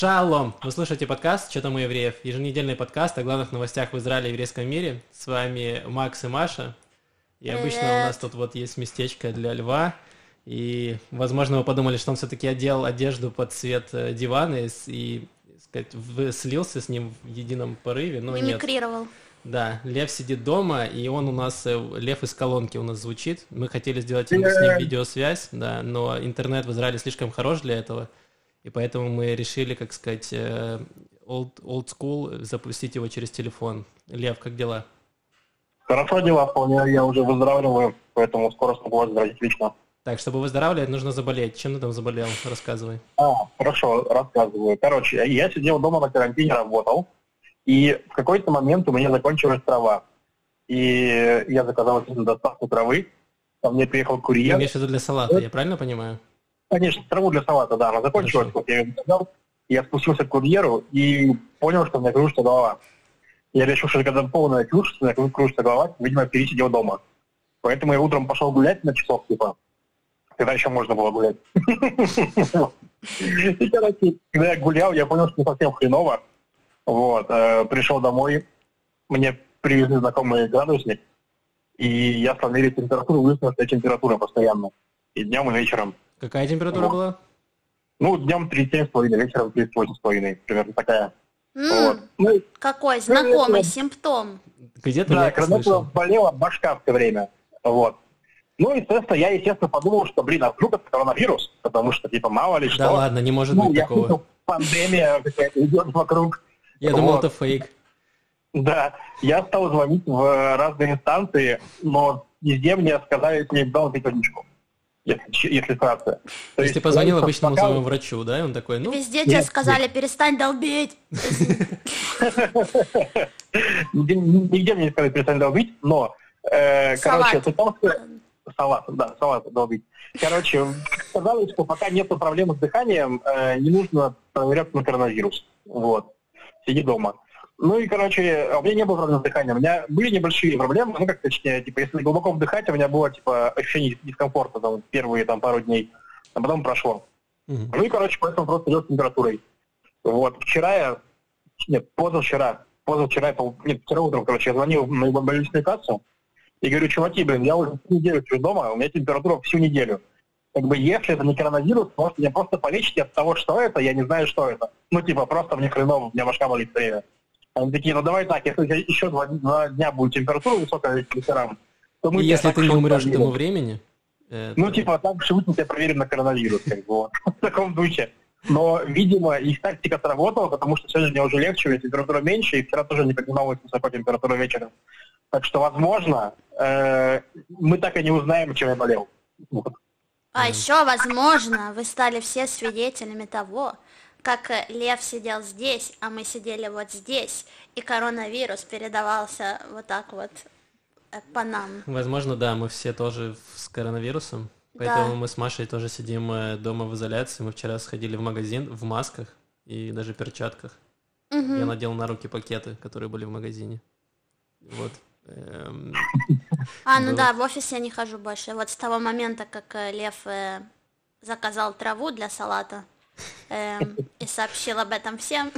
Шалом! Вы слушаете подкаст «Что там у евреев?» Еженедельный подкаст о главных новостях в Израиле и еврейском мире. С вами Макс и Маша. И обычно у нас тут вот есть местечко для Льва. И, возможно, вы подумали, что он все-таки одел одежду под цвет дивана и сказать, слился с ним в едином порыве, но нет. Мимикрировал. Да, Лев сидит дома, и он у нас, Лев из колонки у нас звучит. Мы хотели сделать ему с ним видеосвязь, да, но интернет в Израиле слишком хорош для этого. И поэтому мы решили, как сказать, old school, запустить его через телефон. Лев, как дела? Хорошо дела, вполне. Я уже выздоравливаю, поэтому скоро смогу вас заразить лично. Так, чтобы выздоравливать, нужно заболеть. Чем ты там заболел? Рассказывай. Хорошо, рассказываю. Короче, я сидел дома на карантине, работал, и в какой-то момент у меня закончилась трава. И я заказал доставку травы, ко мне приехал курьер. Ты имеешь в виду для салата, я правильно понимаю? Конечно, траву для салата, да, она закончилась, вот я ее заказал. Я спустился к курьеру и понял, что у меня кружится голова. Я решил, что когда полная кружится, у меня кружится голова, видимо, пересидел дома. Поэтому я утром пошел гулять на часов, типа, когда еще можно было гулять. И, короче, когда я гулял, я понял, что совсем хреново. Вот, пришел домой, мне привезли знакомый градусник, и я сравнил температуру, выяснил, что температура постоянно. И днем, и вечером. Какая температура была? Ну, днем 37,5, вечером 38,5, примерно такая. Какой знакомый симптом. Где-то да, я это когда слышал. болела башка в то время. Вот. Ну, естественно, я подумал, что, а вдруг это коронавирус, потому что, типа, мало ли что. Да ладно, не может быть я такого. слышал, пандемия какая-то идет вокруг. Я думал, это фейк. Да, я стал звонить в разные инстанции, но везде мне сказали, что я дал методичку, если вкратце. То есть ты позвонил обычному своему врачу, да, и он такой, ну... Везде тебе сказали, перестань долбить. Нигде мне не сказали, перестань долбить, но, короче, салат долбить. Короче, сказали, что пока нет проблем с дыханием, не нужно проверяться на коронавирус. Вот. Сиди дома. Ну и, короче, у меня не было проблем с дыханием. У меня были небольшие проблемы, ну, как точнее, типа, если глубоко вдыхать, у меня было, типа, ощущение дискомфорта, там, первые, там, пару дней, а потом прошло. Ну и, короче, поэтому просто лег с температурой. Вот, вчера вчера утром, короче, я звонил на больничную кассу и говорю, чуваки, я уже всю неделю сижу дома, у меня температура всю неделю. Как бы, если это не коронавирус, может, меня просто полечите от того, что это, я не знаю, что это. Ну, типа, просто мне хреново, у меня башка болит все время. Они такие, ну давай так, если еще два дня будет температура высокая вечерам, то мы... И если ты не умрешь к тому времени... Ну, типа, так же мы тебя проверим на коронавирус, как бы, вот, в таком духе. Но, видимо, их тактика сработала, потому что сегодня мне уже легче, у меня температура меньше, и вчера тоже не поднималась высокая температура вечером. Так что, возможно, мы так и не узнаем, чем я болел. Вот. А еще, возможно, вы стали все свидетелями того, как Лев сидел здесь, а мы сидели вот здесь, и коронавирус передавался вот так вот по нам. Возможно, да, мы все тоже с коронавирусом, поэтому мы с Машей тоже сидим дома в изоляции. Мы вчера сходили в магазин в масках и даже перчатках. Я надел на руки пакеты, которые были в магазине. Вот. Ну да, в офис я не хожу больше. Вот с того момента, как Лев заказал траву для салата, и сообщил об этом всем,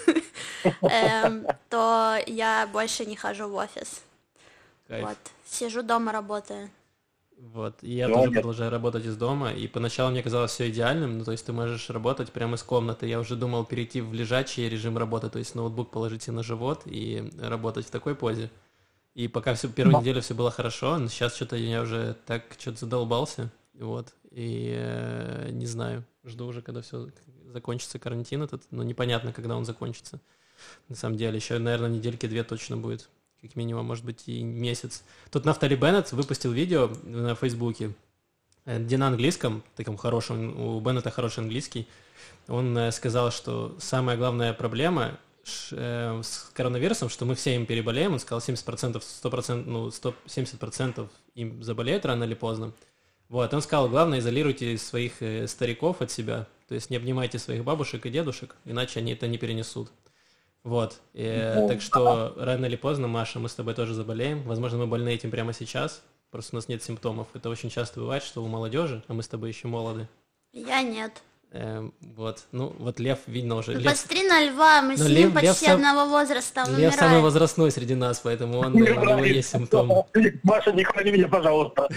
то я больше не хожу в офис. Кайф. Вот. Сижу дома, работаю. Вот, и я тоже продолжаю работать из дома, и поначалу мне казалось все идеальным, ну, то есть ты можешь работать прямо из комнаты, я уже думал перейти в лежачий режим работы, то есть ноутбук положить себе на живот и работать в такой позе. И пока первую неделю все было хорошо, но сейчас что-то я уже так что-то задолбался, вот, и не знаю, жду уже, когда все закончится карантин этот, но непонятно, когда он закончится, на самом деле, еще, наверное, недельки 2 точно будет, как минимум, может быть, и месяц. Тут Нафтали Беннет выпустил видео на Фейсбуке, где на английском, таком хорошем, у Беннета хороший английский, он сказал, что самая главная проблема с коронавирусом, что мы все им переболеем, он сказал 70%, 70% им заболеют рано или поздно. Вот, он сказал, главное, изолируйте своих стариков от себя, то есть не обнимайте своих бабушек и дедушек, иначе они это не перенесут. Вот, так что рано или поздно, Маша, мы с тобой тоже заболеем, возможно, мы больны этим прямо сейчас, просто у нас нет симптомов, это очень часто бывает, что у молодежи, а мы с тобой еще молоды. Я нет. Вот, ну, вот Лев, видно уже. Ну, посмотри на Льва, мы с ним почти одного возраста, он Лев умирает. самый возрастной среди нас, поэтому у него есть симптомы. Маша, не хвали меня, пожалуйста.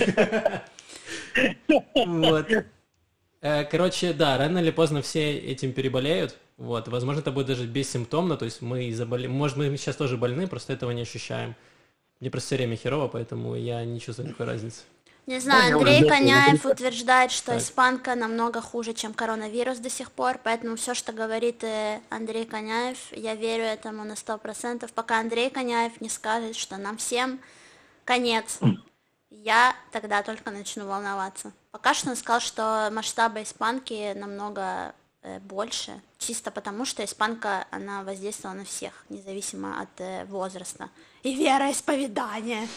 Вот. Короче, да, рано или поздно все этим переболеют. Вот, возможно, это будет даже бессимптомно, то есть мы заболеем. Может, мы сейчас тоже больны, просто этого не ощущаем. Мне просто все время херово, поэтому я не чувствую никакой разницы. Не знаю, Андрей Коняев утверждает, что испанка намного хуже, чем коронавирус до сих пор, поэтому все, что говорит Андрей Коняев, я верю этому на 100%, пока Андрей Коняев не скажет, что нам всем конец. Я тогда только начну волноваться. Пока что он сказал, что масштабы испанки намного больше, чисто потому, что испанка, она воздействовала на всех, независимо от возраста. И вероисповедания.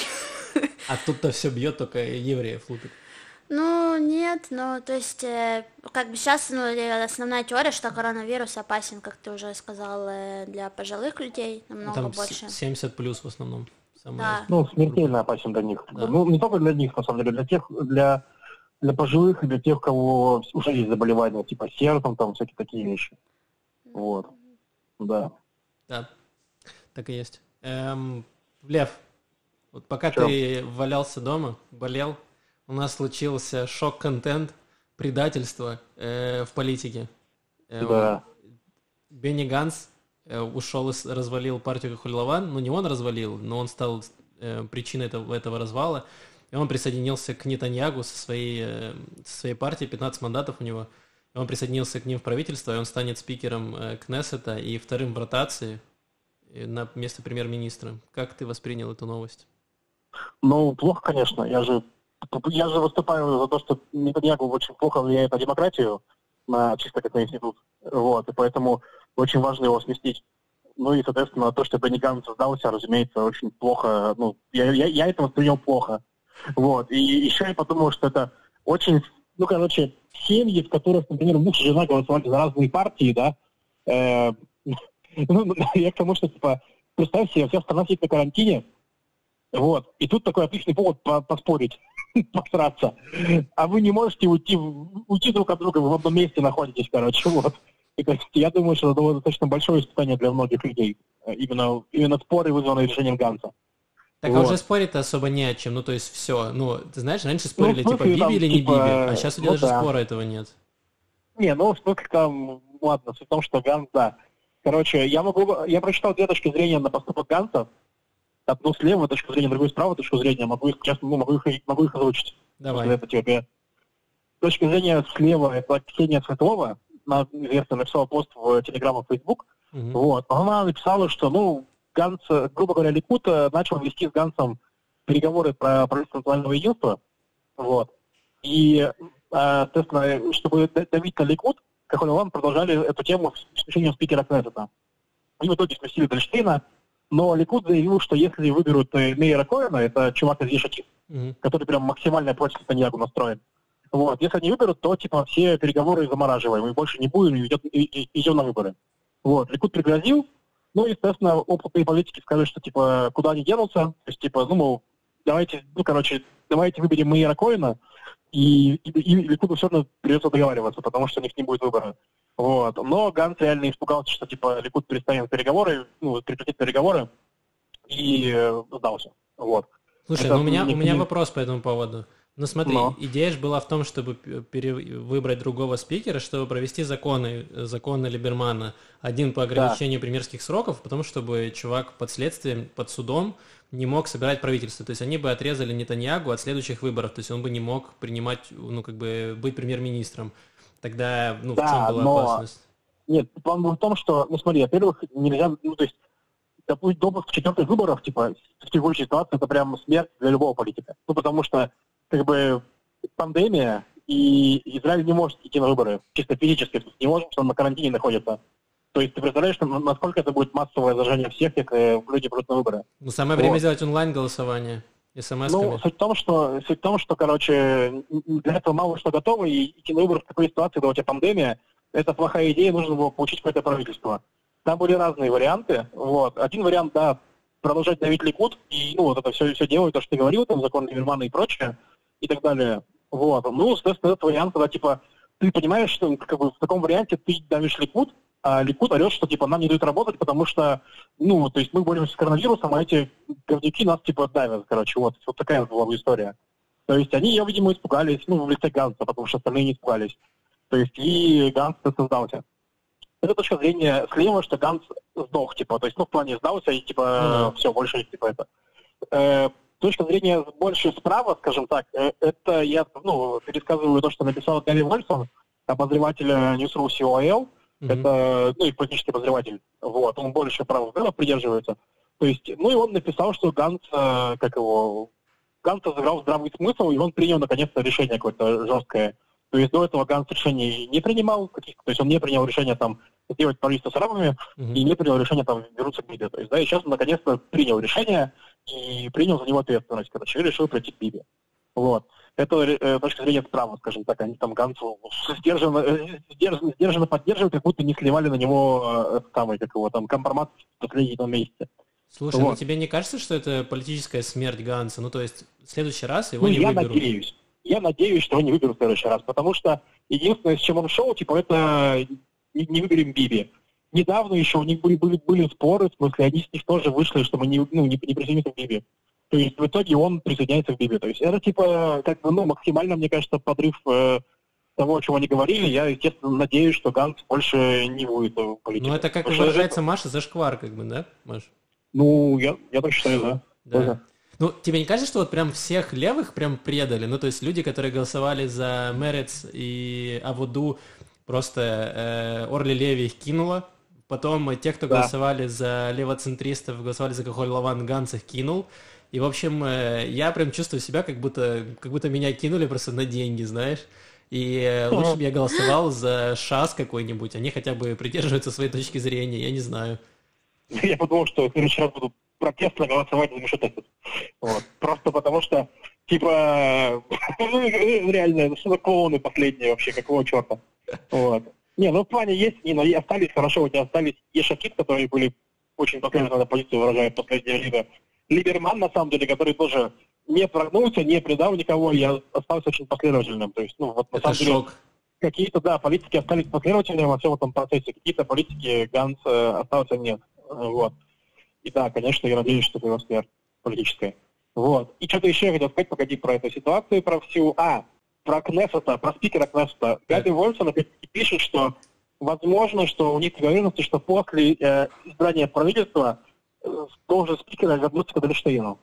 А тут-то все бьет, только евреев лупит. Ну, нет, ну, то есть, как бы сейчас, ну, основная теория, что коронавирус опасен, как ты уже сказал, для пожилых людей намного там больше. 70 плюс в основном. Да. Ну, смертельно опасен для них. Да. Ну, не только для них, на самом деле, для пожилых и для тех, у кого уже есть заболевания, типа сердцем, там, всякие такие вещи. Вот. Да. Да, так и есть. Лев, вот пока ты валялся дома, болел, у нас случился шок-контент, предательство в политике. Да. Бенни Ганс ушел и развалил партию Хулилован. Ну, не он развалил, но он стал причиной этого развала. И он присоединился к Нетаньягу со своей партией, 15 мандатов у него. И он присоединился к ним в правительство, и он станет спикером Кнессета и вторым в ротации на место премьер-министра. Как ты воспринял эту новость? Ну, плохо, конечно. Я же выступаю за то, что Нетаньягу очень плохо влияет на демократию, на чисто как на институт. Вот, и поэтому очень важно его сместить. Ну и, соответственно, то, что Бенни Ганс сдался, разумеется, очень плохо. Ну, я это воспринял плохо. Вот. И еще я подумал, что это очень... Ну, короче, семьи, в которых, например, муж и жена голосовали за разные партии, да, я к тому, что, типа, представь себе, вся страна сидит на карантине, вот, и тут такой отличный повод поспорить, посраться, а вы не можете уйти друг от друга, вы в одном месте находитесь, короче, вот. И, то есть, я думаю, что это достаточно большое испытание для многих людей, именно споры, вызванные решением Ганса. Так, вот. А уже спорить-то особо не о чем, ну, то есть все. Ну, ты знаешь, раньше спорили, типа, Биби или не Биби, а сейчас у тебя даже спора этого нет. Не, ну, как там, ладно, суть в том, что Ганс, да. Короче, я прочитал две точки зрения на поступок Ганса, одну слева точку зрения, другую справа точку зрения, могу их озвучить. Давай. Это тебе. Точка зрения слева, это Ксения Светлова, она известно написала пост в Телеграм и Фейсбук, вот, она написала, что, ну, Ганс, грубо говоря, Ликуд начал вести с Гансом переговоры про правительство национального единства, вот, и, соответственно, чтобы давить на Ликуд, Кахоль-Лаван продолжали эту тему с исключением спикера Кнессета. И в итоге сместили Дельштейна, но Ликуд заявил, что если выберут Мейера Коэна, это чувак из Ешатит, который прям максимально против Нетаньягу настроен, вот, если они выберут, то, типа, все переговоры замораживаем, и больше не будем, и идем на выборы. Вот, Ликуд пригрозил. Ну, естественно, опытные политики сказали, что, типа, куда они денутся, то есть, типа, давайте выберем Мейера Коэна, и Ликуду все равно придется договариваться, потому что у них не будет выбора. Вот. Но Ганс реально испугался, что, типа, Ликуд прекратит переговоры, и сдался. Вот. Слушай, у меня вопрос по этому поводу. Ну смотри, идея же была в том, чтобы выбрать другого спикера, чтобы провести законы Либермана. Один по ограничению премьерских сроков, потому чтобы чувак под следствием, под судом не мог собирать правительство. То есть они бы отрезали Нетаньягу от следующих выборов. То есть он бы не мог принимать, быть премьер-министром. Тогда, в чем была опасность? Нет, план был в том, что, смотри, во-первых, нельзя, допуск 4 выборов, типа, в текущей ситуации, это прям смерть для любого политика. Потому что пандемия, и Израиль не может идти на выборы, чисто физически, не может, что он на карантине находится. То есть ты представляешь, насколько это будет массовое заражение всех, как люди придут на выборы. Самое время сделать онлайн-голосование, смс-ками. Суть в том, что, короче, для этого мало что готово, и идти на выборы в такой ситуации, когда у тебя пандемия, это плохая идея, нужно было получить какое-то правительство. Там были разные варианты, вот. Один вариант, продолжать давить Ликуд, и, это все делать, то, что ты говорил, там, закон Либермана и прочее, и так далее. Вот. Соответственно, этот вариант, когда, ты понимаешь, что как бы в таком варианте ты давишь Ликуд, а Ликуд орет, что типа нам не дают работать, потому что, ну, то есть мы боремся с коронавирусом, а эти говнюки нас типа давят, короче, вот такая была бы история. То есть они ее, видимо, испугались, ну, в лице Ганса, потому что остальные не испугались. То есть и Ганс создался. Это точка зрения слева, что Ганс сдох, типа, то есть, ну, в плане сдался, и типа, все, больше, типа, это. Точка зрения больше справа, скажем так, это я, ну, пересказываю то, что написал Гарри Вольсон, обозреватель Newsroom COIL, это, ну, и политический обозреватель, вот, он больше правых взглядов придерживается. То есть, ну, и он написал, что Ганс, Ганс сыграл здравый смысл, и он принял, наконец-то, решение какое-то жесткое. То есть до этого Ганс решений не принимал каких-то, то есть он не принял решение там сделать правительство с арабами и не принял решение там вернуться к Биби. То есть, да, и сейчас он наконец-то принял решение и принял за него ответственность, короче, и решил прийти к Биби. Вот. Это точка зрения справа, скажем так, они там Гансу сдержанно поддерживают, как будто не сливали на него компромат в последнем месяце. Слушай, вот. Ну тебе не кажется, что это политическая смерть Ганса? Ну, то есть в следующий раз его не выберут? Я надеюсь, что его не выберут в следующий раз, потому что единственное, с чем он шел, типа, это не выберем Биби. Недавно еще у них были споры, в смысле, они с них тоже вышли, что мы не присоединимся к Биби. То есть в итоге он присоединяется к Биби. То есть это, типа, как бы, ну, максимально, мне кажется, подрыв того, о чем они говорили. Я, естественно, надеюсь, что Ганс больше не будет в политике. Ну, это, как выражается Маша, зашквар, как бы, да, Маш? Ну, я так считаю, да. Да. Ну, тебе не кажется, что вот прям всех левых прям предали? Ну, то есть люди, которые голосовали за Мерец и Аводу, просто Орли Леви их кинула. Потом те, кто голосовали за левоцентристов, голосовали за Кахоль Лаван, Ганс их кинул. И, в общем, я прям чувствую себя, как будто меня кинули просто на деньги, знаешь. И лучше бы я голосовал за ШАС какой-нибудь. Они хотя бы придерживаются своей точки зрения, я не знаю. Я подумал, что в следующий раз буду протестно голосовать за Мишутесов. Вот. Просто потому что, типа, реально, что за клоуны последние вообще, какого черта. Вот. Не, ну в плане есть, но и остались, хорошо, у тебя остались Ешакит, которые были очень последовательно позицию выражают в последнее время. Либерман, на самом деле, который тоже не прогнулся, не предал никого, и остался очень последовательным. То есть, ну, вот на это самом шок. Деле, какие-то, да, политики остались последовательными во всем этом процессе, какие-то политики Ганс остался нет. Вот. И да, конечно, я надеюсь, что это его смерть политическая. Вот. И что-то еще я хотел сказать, погоди, про эту ситуацию, про всю... про Кнессета, про спикера Кнессета. Габи Вольсон пишет, что возможно, что у них договоренности, что после избрания правительства должен спикера вернуться к Эдельштейну.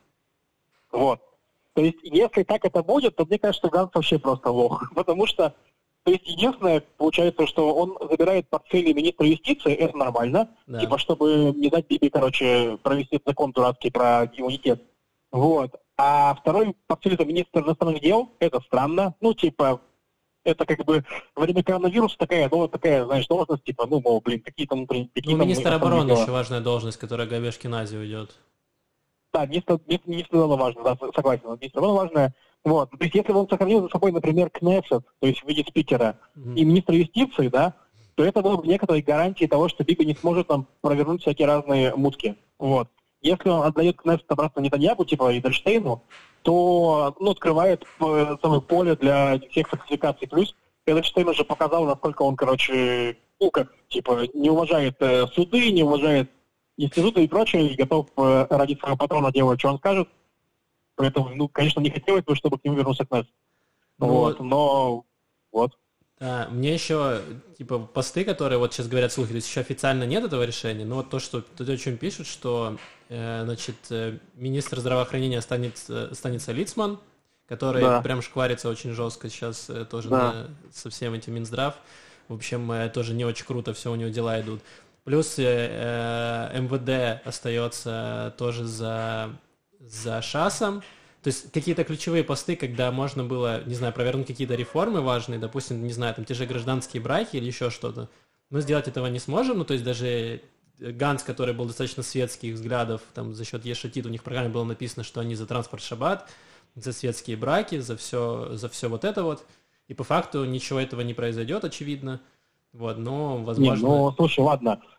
Вот. То есть, если так это будет, то мне кажется, Ганс вообще просто лох. Потому что, то есть, единственное, получается, что он забирает портфели министра юстиции, это нормально, да. Типа, чтобы не дать Биби, короче, провести закон дурацкий про иммунитет. Вот. А второй портфель это министр иностранных дел, это странно. Ну, типа, это как бы во время коронавируса такая, знаешь, должность, типа, ну, мол, блин, какие-то внутренние... Ну, министр обороны еще важная должность, которая Габи Ашкенази уйдет. Да, министр обороны важно, да, согласен, министр обороны важная. Вот, то есть если бы он сохранил за собой, например, Кнессет, то есть в виде спикера, и министра юстиции, да, то это было бы некоторой гарантией того, что Биби не сможет там провернуть всякие разные мутки. Вот. Если он отдает Кнессет обратно Нетаньяху, типа Эдельштейну, то, ну, открывает самое поле для всех фальсификаций. Плюс Эдельштейн уже показал, насколько он, короче, ну, как, типа, не уважает суды, не уважает институты и прочее, и готов ради своего патрона делать, что он скажет. Поэтому, ну, конечно, не хотелось бы, чтобы к нему вернулся Кнессет. Вот, но вот. Да, мне еще, типа, посты, которые вот сейчас говорят слухи, то есть еще официально нет этого решения, но вот то, о чем пишут, что, значит, министр здравоохранения останется Лицман, который прям шкварится очень жестко сейчас тоже со всем этим Минздрав. В общем, тоже не очень круто все у него дела идут. Плюс МВД остается тоже за ШАСом. То есть какие-то ключевые посты, когда можно было, не знаю, провернуть какие-то реформы важные, допустим, не знаю, там те же гражданские браки или еще что-то, мы сделать этого не сможем. Ну, то есть даже Ганс, который был достаточно светских взглядов, там за счет Ешатит, у них в программе было написано, что они за транспорт шаббат, за светские браки, за все вот это вот. И по факту ничего этого не произойдет, очевидно. Вот, но возможно... Не, ну, слушай, ладно.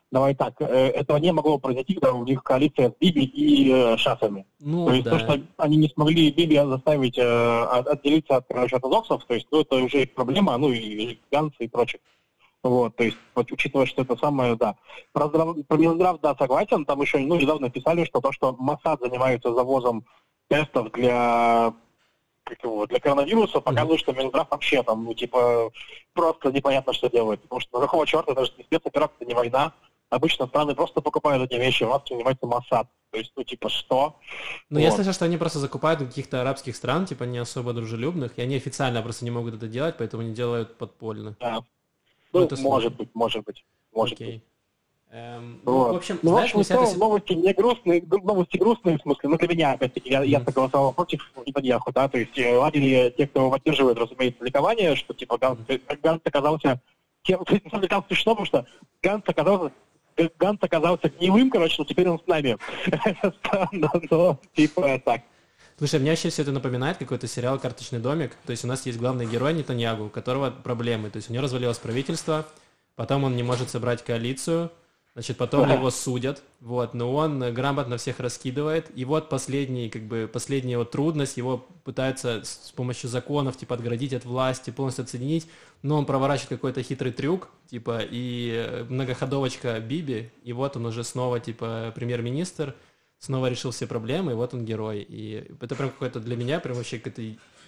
Давай так, этого не могло произойти, когда у них коалиция с Биби и шафами. Ну, то есть да. то, что они не смогли Биби заставить отделиться от ортодоксов, то есть это уже их проблема, и Ганса и прочих. Вот, то есть, учитывая, что это самое, да. Про Минздрав, да, согласен, там еще, недавно писали, что то, что Моссад занимается завозом тестов для коронавируса, показывает, что Минздрав вообще там, просто непонятно, что делает. Потому что на какого черта, даже не спецоперация, не война. Обычно страны просто покупают эти вещи, у нас занимается Моссад. То есть, что? Я слышал, что они просто закупают у каких-то арабских стран, не особо дружелюбных, и они официально просто не могут это делать, поэтому они делают подпольно. Да. Может быть. Окей. Вот. В общем, новости не грустные, новости грустные, в смысле, для меня, опять-таки, я согласовал против Нетаньяху, да, то есть ладили те, кто поддерживает, разумеется, ликование, что, Ганс оказался, там смешно, потому что Ганс оказался гнилым, но теперь он с нами. Странно, но, так. Слушай, мне вообще все это напоминает какой-то сериал «Карточный домик». То есть у нас есть главный герой Нетаньягу, у которого проблемы. То есть у него развалилось правительство, потом он не может собрать коалицию, потом его судят, но он грамотно всех раскидывает. И последняя его трудность, его пытаются с помощью законов, отгородить от власти, полностью отсоединить, но он проворачивает какой-то хитрый трюк, и многоходовочка Биби, и он уже снова, премьер-министр, снова решил все проблемы, и он герой. И это прям какой-то для меня прям вообще какой-то,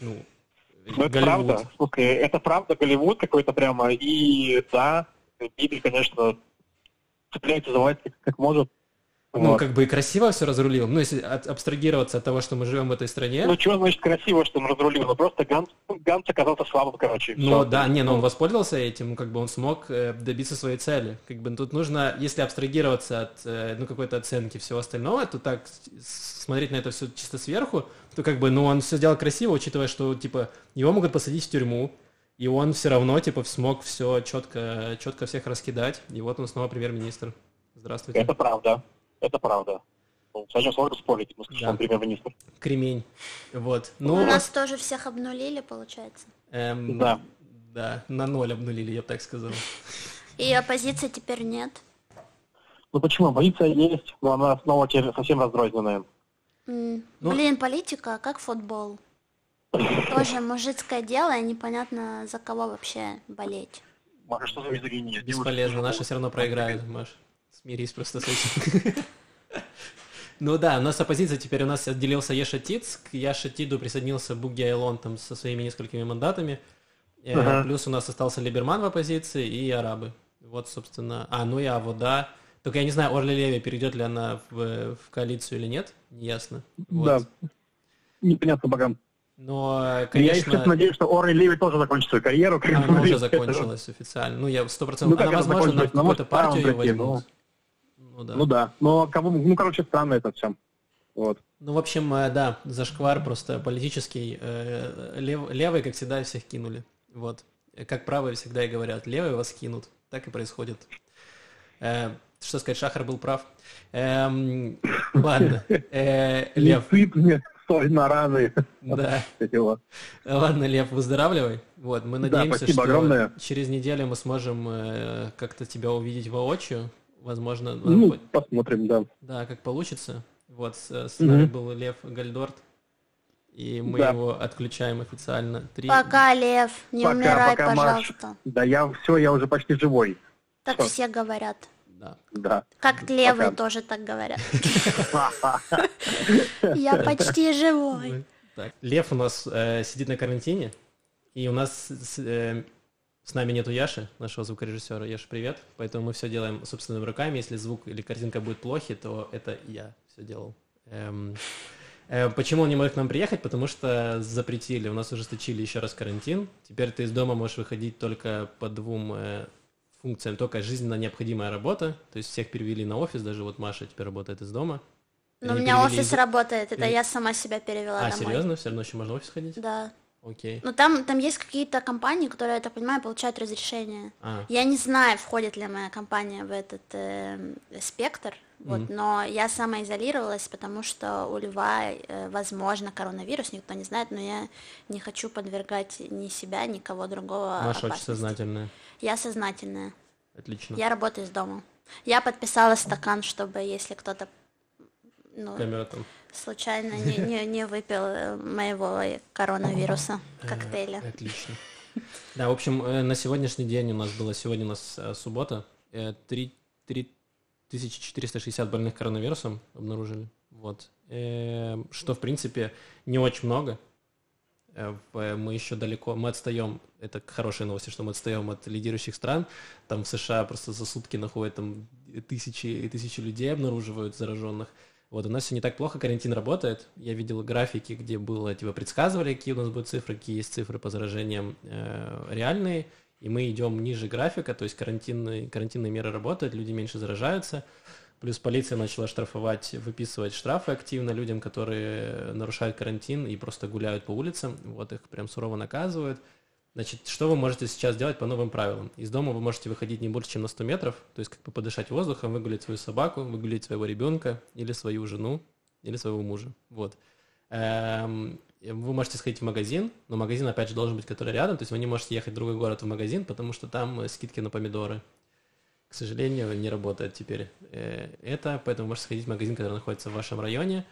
это правда. Слушай, это правда Голливуд какой-то прямо. И да, Биби, конечно, цепляется за власть как может. И красиво все разрулил. Если абстрагироваться от того, что мы живем в этой стране. Что значит красиво, что он разрулил? Просто Ганс оказался слабым, короче. Он воспользовался этим, он смог добиться своей цели. Тут нужно, если абстрагироваться от какой-то оценки всего остального, то так смотреть на это все чисто сверху, то он все сделал красиво, учитывая, что его могут посадить в тюрьму, и он все равно смог все четко всех раскидать, и он снова премьер-министр. Здравствуйте. Это правда. С этим сложно спорить, что он премьер-министр. Кремень. У нас тоже всех обнулили, получается. Да. Да, на 0 обнулили, я бы так сказал. И оппозиции теперь нет. Почему? Оппозиция есть, но она снова совсем разрозненная. Политика как футбол. Тоже мужицкое дело, и непонятно, за кого вообще болеть. Маша, что за мизогиния? Бесполезно, наши все равно проиграют, Маш. Смирись просто с этим. У нас оппозиция теперь, у нас отделился Еш Атид, к Еш Атиду присоединился Буги Айлон со своими несколькими мандатами, плюс у нас остался Либерман в оппозиции и арабы. Собственно, и Авода. Только я не знаю, Орли Леви, перейдет ли она в коалицию или нет, не ясно. Да, непонятно богам. Но, конечно... Я, естественно, надеюсь, что Орли Леви тоже закончит свою карьеру. Она уже закончилась официально. Я 100%... Она, возможно, на какую-то партию ее возьмут. Да. Но странно это все. В общем, да, зашквар просто политический. Левые, как всегда, всех кинули. Как правые всегда и говорят, левые вас кинут. Так и происходит. Что сказать, Шахар был прав. Ладно. Лев. Соль на раны. Да. Ладно, Лев, выздоравливай. Мы надеемся, что огромное. Через неделю мы сможем как-то тебя увидеть воочию. Возможно. Посмотрим, да. Да, как получится. С нами был Лев Гальдорт. И мы его отключаем официально. Пока, Лев. Не умирай, пожалуйста. Маш. Да, я уже почти живой. Так все говорят. Да. Как левые тоже так говорят. Я почти живой. Лев у нас сидит на карантине, и у нас с нами нету Яши, нашего звукорежиссера. Яша, привет. Поэтому мы все делаем собственными руками. Если звук или картинка будет плохи, то это я все делал. Почему он не может к нам приехать? Потому что запретили. У нас ужесточили еще раз карантин. Теперь ты из дома можешь выходить только по 2 функциям, только жизненно необходимая работа, то есть всех перевели на офис, даже Маша теперь работает из дома. Но у меня офис работает, это я сама себя перевела домой. Серьезно? Все равно еще можно в офис ходить? Да. Окей. Там есть какие-то компании, которые, я так понимаю, получают разрешение. Я не знаю, входит ли моя компания в этот спектр, но я самоизолировалась, потому что у Льва, возможно, коронавирус, никто не знает, но я не хочу подвергать ни себя, никого другого Маша опасности. очень сознательная. Я сознательная. Отлично. Я работаю из дома. Я подписала стакан, чтобы если кто-то Камера там. случайно не выпил моего коронавируса коктейля. Отлично. Да, в общем, на сегодняшний день сегодня у нас суббота, 3460 больных коронавирусом обнаружили, вот, что, в принципе, не очень много. Мы еще далеко, мы отстаем, это хорошие новости, что мы отстаем от лидирующих стран, там в США просто за сутки находят там тысячи и тысячи людей обнаруживают зараженных. Вот, у нас все не так плохо, карантин работает. Я видел графики, где было, предсказывали, какие у нас будут цифры, какие есть цифры по заражениям реальные, и мы идем ниже графика, то есть карантинные меры работают, люди меньше заражаются. Плюс полиция начала выписывать штрафы активно людям, которые нарушают карантин и просто гуляют по улицам. Вот их прям сурово наказывают. Значит, что вы можете сейчас делать по новым правилам? Из дома вы можете выходить не больше, чем на 100 метров, то есть как бы подышать воздухом, выгулять свою собаку, выгулять своего ребенка или свою жену, или своего мужа. Вот. Вы можете сходить в магазин, но магазин, опять же, должен быть, который рядом, то есть вы не можете ехать в другой город в магазин, потому что там скидки на помидоры. К сожалению, не работает теперь поэтому можете сходить в магазин, который находится в вашем районе.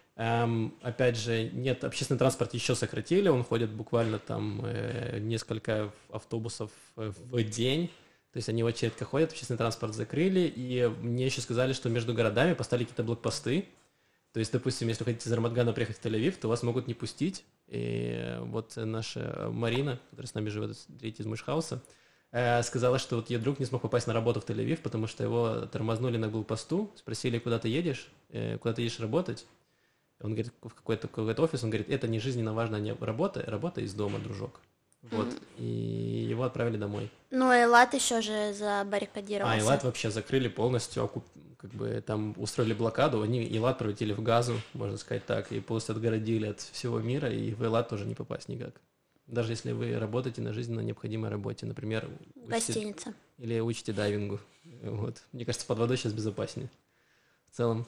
Опять же, нет, общественный транспорт еще сократили, он ходит буквально там несколько автобусов в день, то есть они очень редко ходят, общественный транспорт закрыли, и мне еще сказали, что между городами поставили какие-то блокпосты, то есть, допустим, если вы хотите из Рамадгана приехать в Тель-Авив, то вас могут не пустить, и вот наша Марина, которая с нами живет, третий из Мышхауса, сказала, что вот ее друг не смог попасть на работу в Тель-Авив, потому что его тормознули на блокпосту, спросили, куда ты едешь работать. Он говорит, в какой-то офис, он говорит, это не жизненно важная работа из дома, дружок. Вот, и его отправили домой. Ну, Эйлат еще же забаррикадировался. Эйлат вообще закрыли полностью, как бы там устроили блокаду, они Эйлат превратили в Газу, можно сказать так, и полностью отгородили от всего мира, и в Эйлат тоже не попасть никак. Даже если вы работаете на жизненно необходимой работе, например, гостиница. Или учите дайвингу. Вот. Мне кажется, под водой сейчас безопаснее. В целом.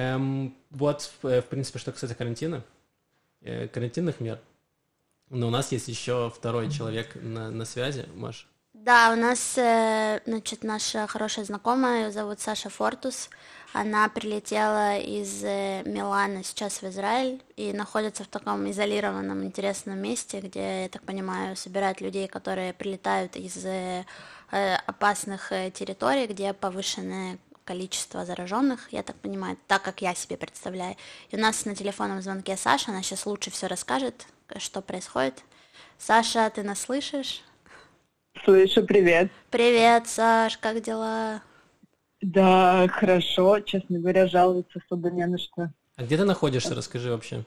Вот, в принципе, что касается карантинных мер. Но у нас есть еще второй человек на связи, Маша. Да, у нас, значит, наша хорошая знакомая, ее зовут Саша Фортус. Она прилетела из Милана сейчас в Израиль и находится в таком изолированном интересном месте, где, я так понимаю, собирают людей, которые прилетают из опасных территорий, где повышенное количество зараженных, я так понимаю, так как я себе представляю. И у нас на телефонном звонке Саша, она сейчас лучше все расскажет, что происходит. Саша, ты нас слышишь? Слышу, привет. Привет, Саш, как дела? Да, хорошо, честно говоря, жаловаться особо не на что. А где ты находишься, расскажи вообще.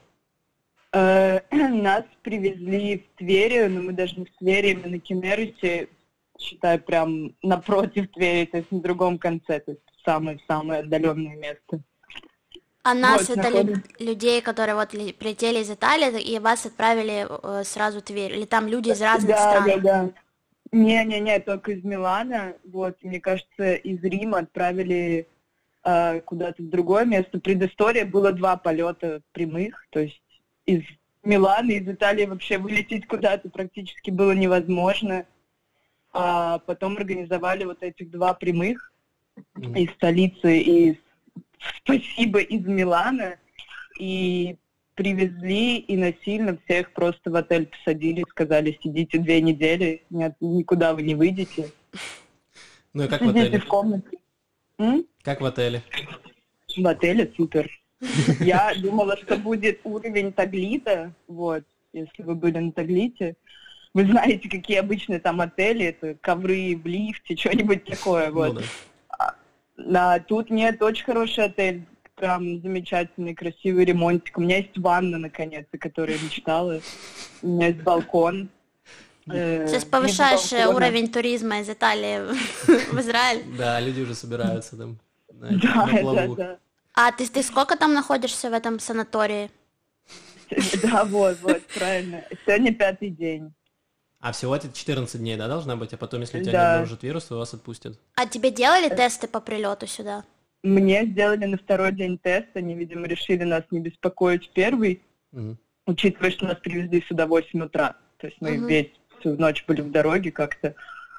Нас привезли в Твери, но мы даже не в Твери, мы на Кенерусе, считай, прям напротив Твери, то есть на другом конце, то есть самое отдаленное место. А нас вот, это людей, которые вот прилетели из Италии, и вас отправили сразу в Тверь, или там люди из разных стран? Да. Не, только из Милана, вот, мне кажется, из Рима отправили куда-то в другое место. Предыстория, было 2 полета прямых, то есть из Милана, из Италии вообще вылететь куда-то практически было невозможно. А потом организовали вот этих 2 прямых из столицы и, спасибо, из Милана, и привезли и насильно всех просто в отель посадили, сказали, сидите 2 недели, никуда вы не выйдете. Ну и как в отеле? Сидите в комнате. Как в отеле? В отеле супер. Я думала, что будет уровень Таглита, вот, если вы были на Таглите. Вы знаете, какие обычные там отели, это ковры в лифте, что-нибудь такое, вот. Ну, да. А тут нет, очень хороший отель, прям замечательный, красивый ремонтик. У меня есть ванна, наконец, о которой я мечтала. У меня есть балкон. Сейчас повышаешь уровень туризма из Италии в Израиль. Да, люди уже собираются там на плаву. Да. А ты сколько там находишься в этом санатории? Да, вот, правильно. Сегодня 5-й день. А всего это 14 дней, да, должна быть? А потом, если у тебя не обнаружат вирус, то вас отпустят. А тебе делали тесты по прилету сюда? Мне сделали на 2-й день тест. Они, видимо, решили нас не беспокоить в 1-й, учитывая, что нас привезли сюда в 8 утра. То есть мы всю ночь были в дороге как-то.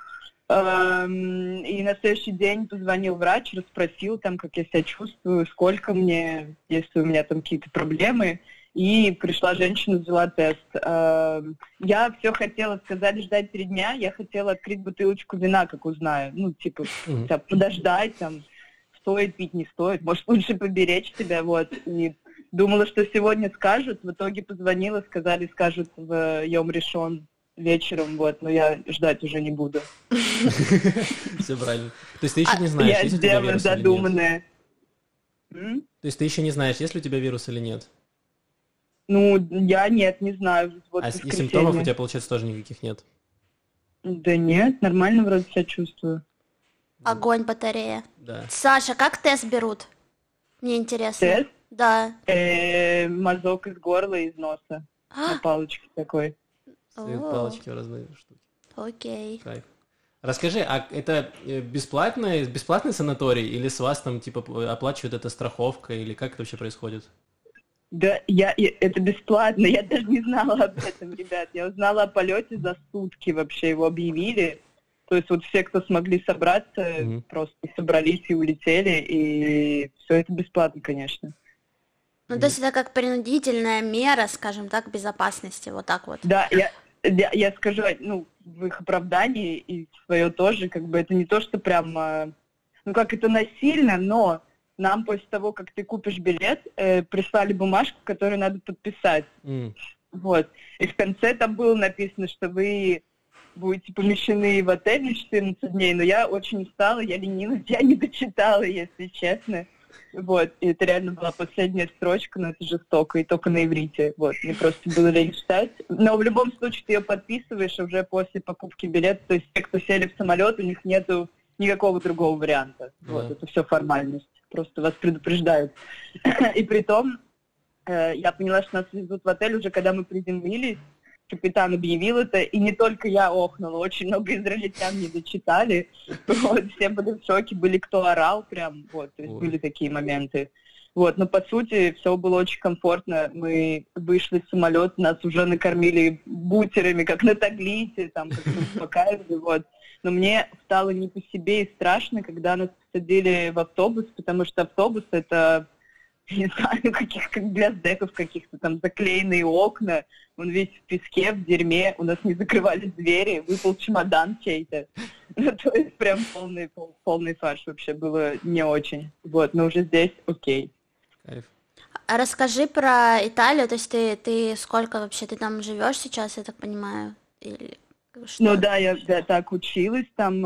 И на следующий день позвонил врач, расспросил там, как я себя чувствую, сколько мне, если у меня там какие-то проблемы. И пришла женщина, взяла тест. Я все хотела, сказали ждать 3 дня, я хотела открыть бутылочку вина, как узнаю. Ну, типа, подождать, там, стоит пить, не стоит, может, лучше поберечь себя, вот. И думала, что сегодня скажут, в итоге позвонила, сказали, скажут в Йом Ришон вечером, вот, но я ждать уже не буду. Все правильно. То есть ты еще не знаешь, есть у тебя вирус или нет? То есть ты еще не знаешь, есть ли у тебя вирус или нет? Ну, я нет, не знаю. Вот и симптомов у тебя, получается, тоже никаких нет? Да нет, нормально вроде себя чувствую. Огонь, батарея. Да. Саша, как тест берут? Мне интересно. Тест? Да. Мазок из горла и из носа. На палочке такой. Палочки в разные штуки. Окей. Кайф. Расскажи, а это бесплатный санаторий или с вас там типа оплачивают это страховка или как это вообще происходит? Да, это бесплатно, я даже не знала об этом, ребят. Я узнала о полете за сутки вообще, его объявили. То есть вот все, кто смогли собраться, просто собрались и улетели, и все это бесплатно, конечно. Ну, то есть это как принудительная мера, скажем так, безопасности, вот так вот. Да, я скажу, ну, в их оправдании и свое тоже, как бы это не то, что прям, ну, как это насильно, но нам после того, как ты купишь билет, прислали бумажку, которую надо подписать. Вот. И в конце там было написано, что вы будете помещены в отель на 14 дней, но я очень устала, я ленилась, я не дочитала, если честно. Вот, и это реально была последняя строчка, но это жестоко, и только на иврите. Вот, мне просто было лень читать. Но в любом случае ты ее подписываешь уже после покупки билета, то есть те, кто сели в самолет, у них нету никакого другого варианта. Вот, это все формальность. Просто вас предупреждают. И при том, я поняла, что нас везут в отель уже, когда мы приземлились. Капитан объявил это, и не только я охнула, очень много израильтян не дочитали. Вот, все были в шоке, были кто орал прям, вот, то есть были такие моменты. Вот, но по сути все было очень комфортно. Мы вышли в самолет, нас уже накормили бутерами, как на Таглите, там, как мы успокаивали, вот. Но мне стало не по себе и страшно, когда нас посадили в автобус, потому что автобус — это, не знаю, каких, как для сдэков каких-то там заклеенные окна, он весь в песке, в дерьме, у нас не закрывались двери, выпал чемодан чей-то. Ну, то есть прям полный фарш вообще, было не очень. Вот, но уже здесь окей. Кайф. А расскажи про Италию, то есть ты сколько вообще, ты там живешь сейчас, я так понимаю? Или что? Ну да, я так училась там,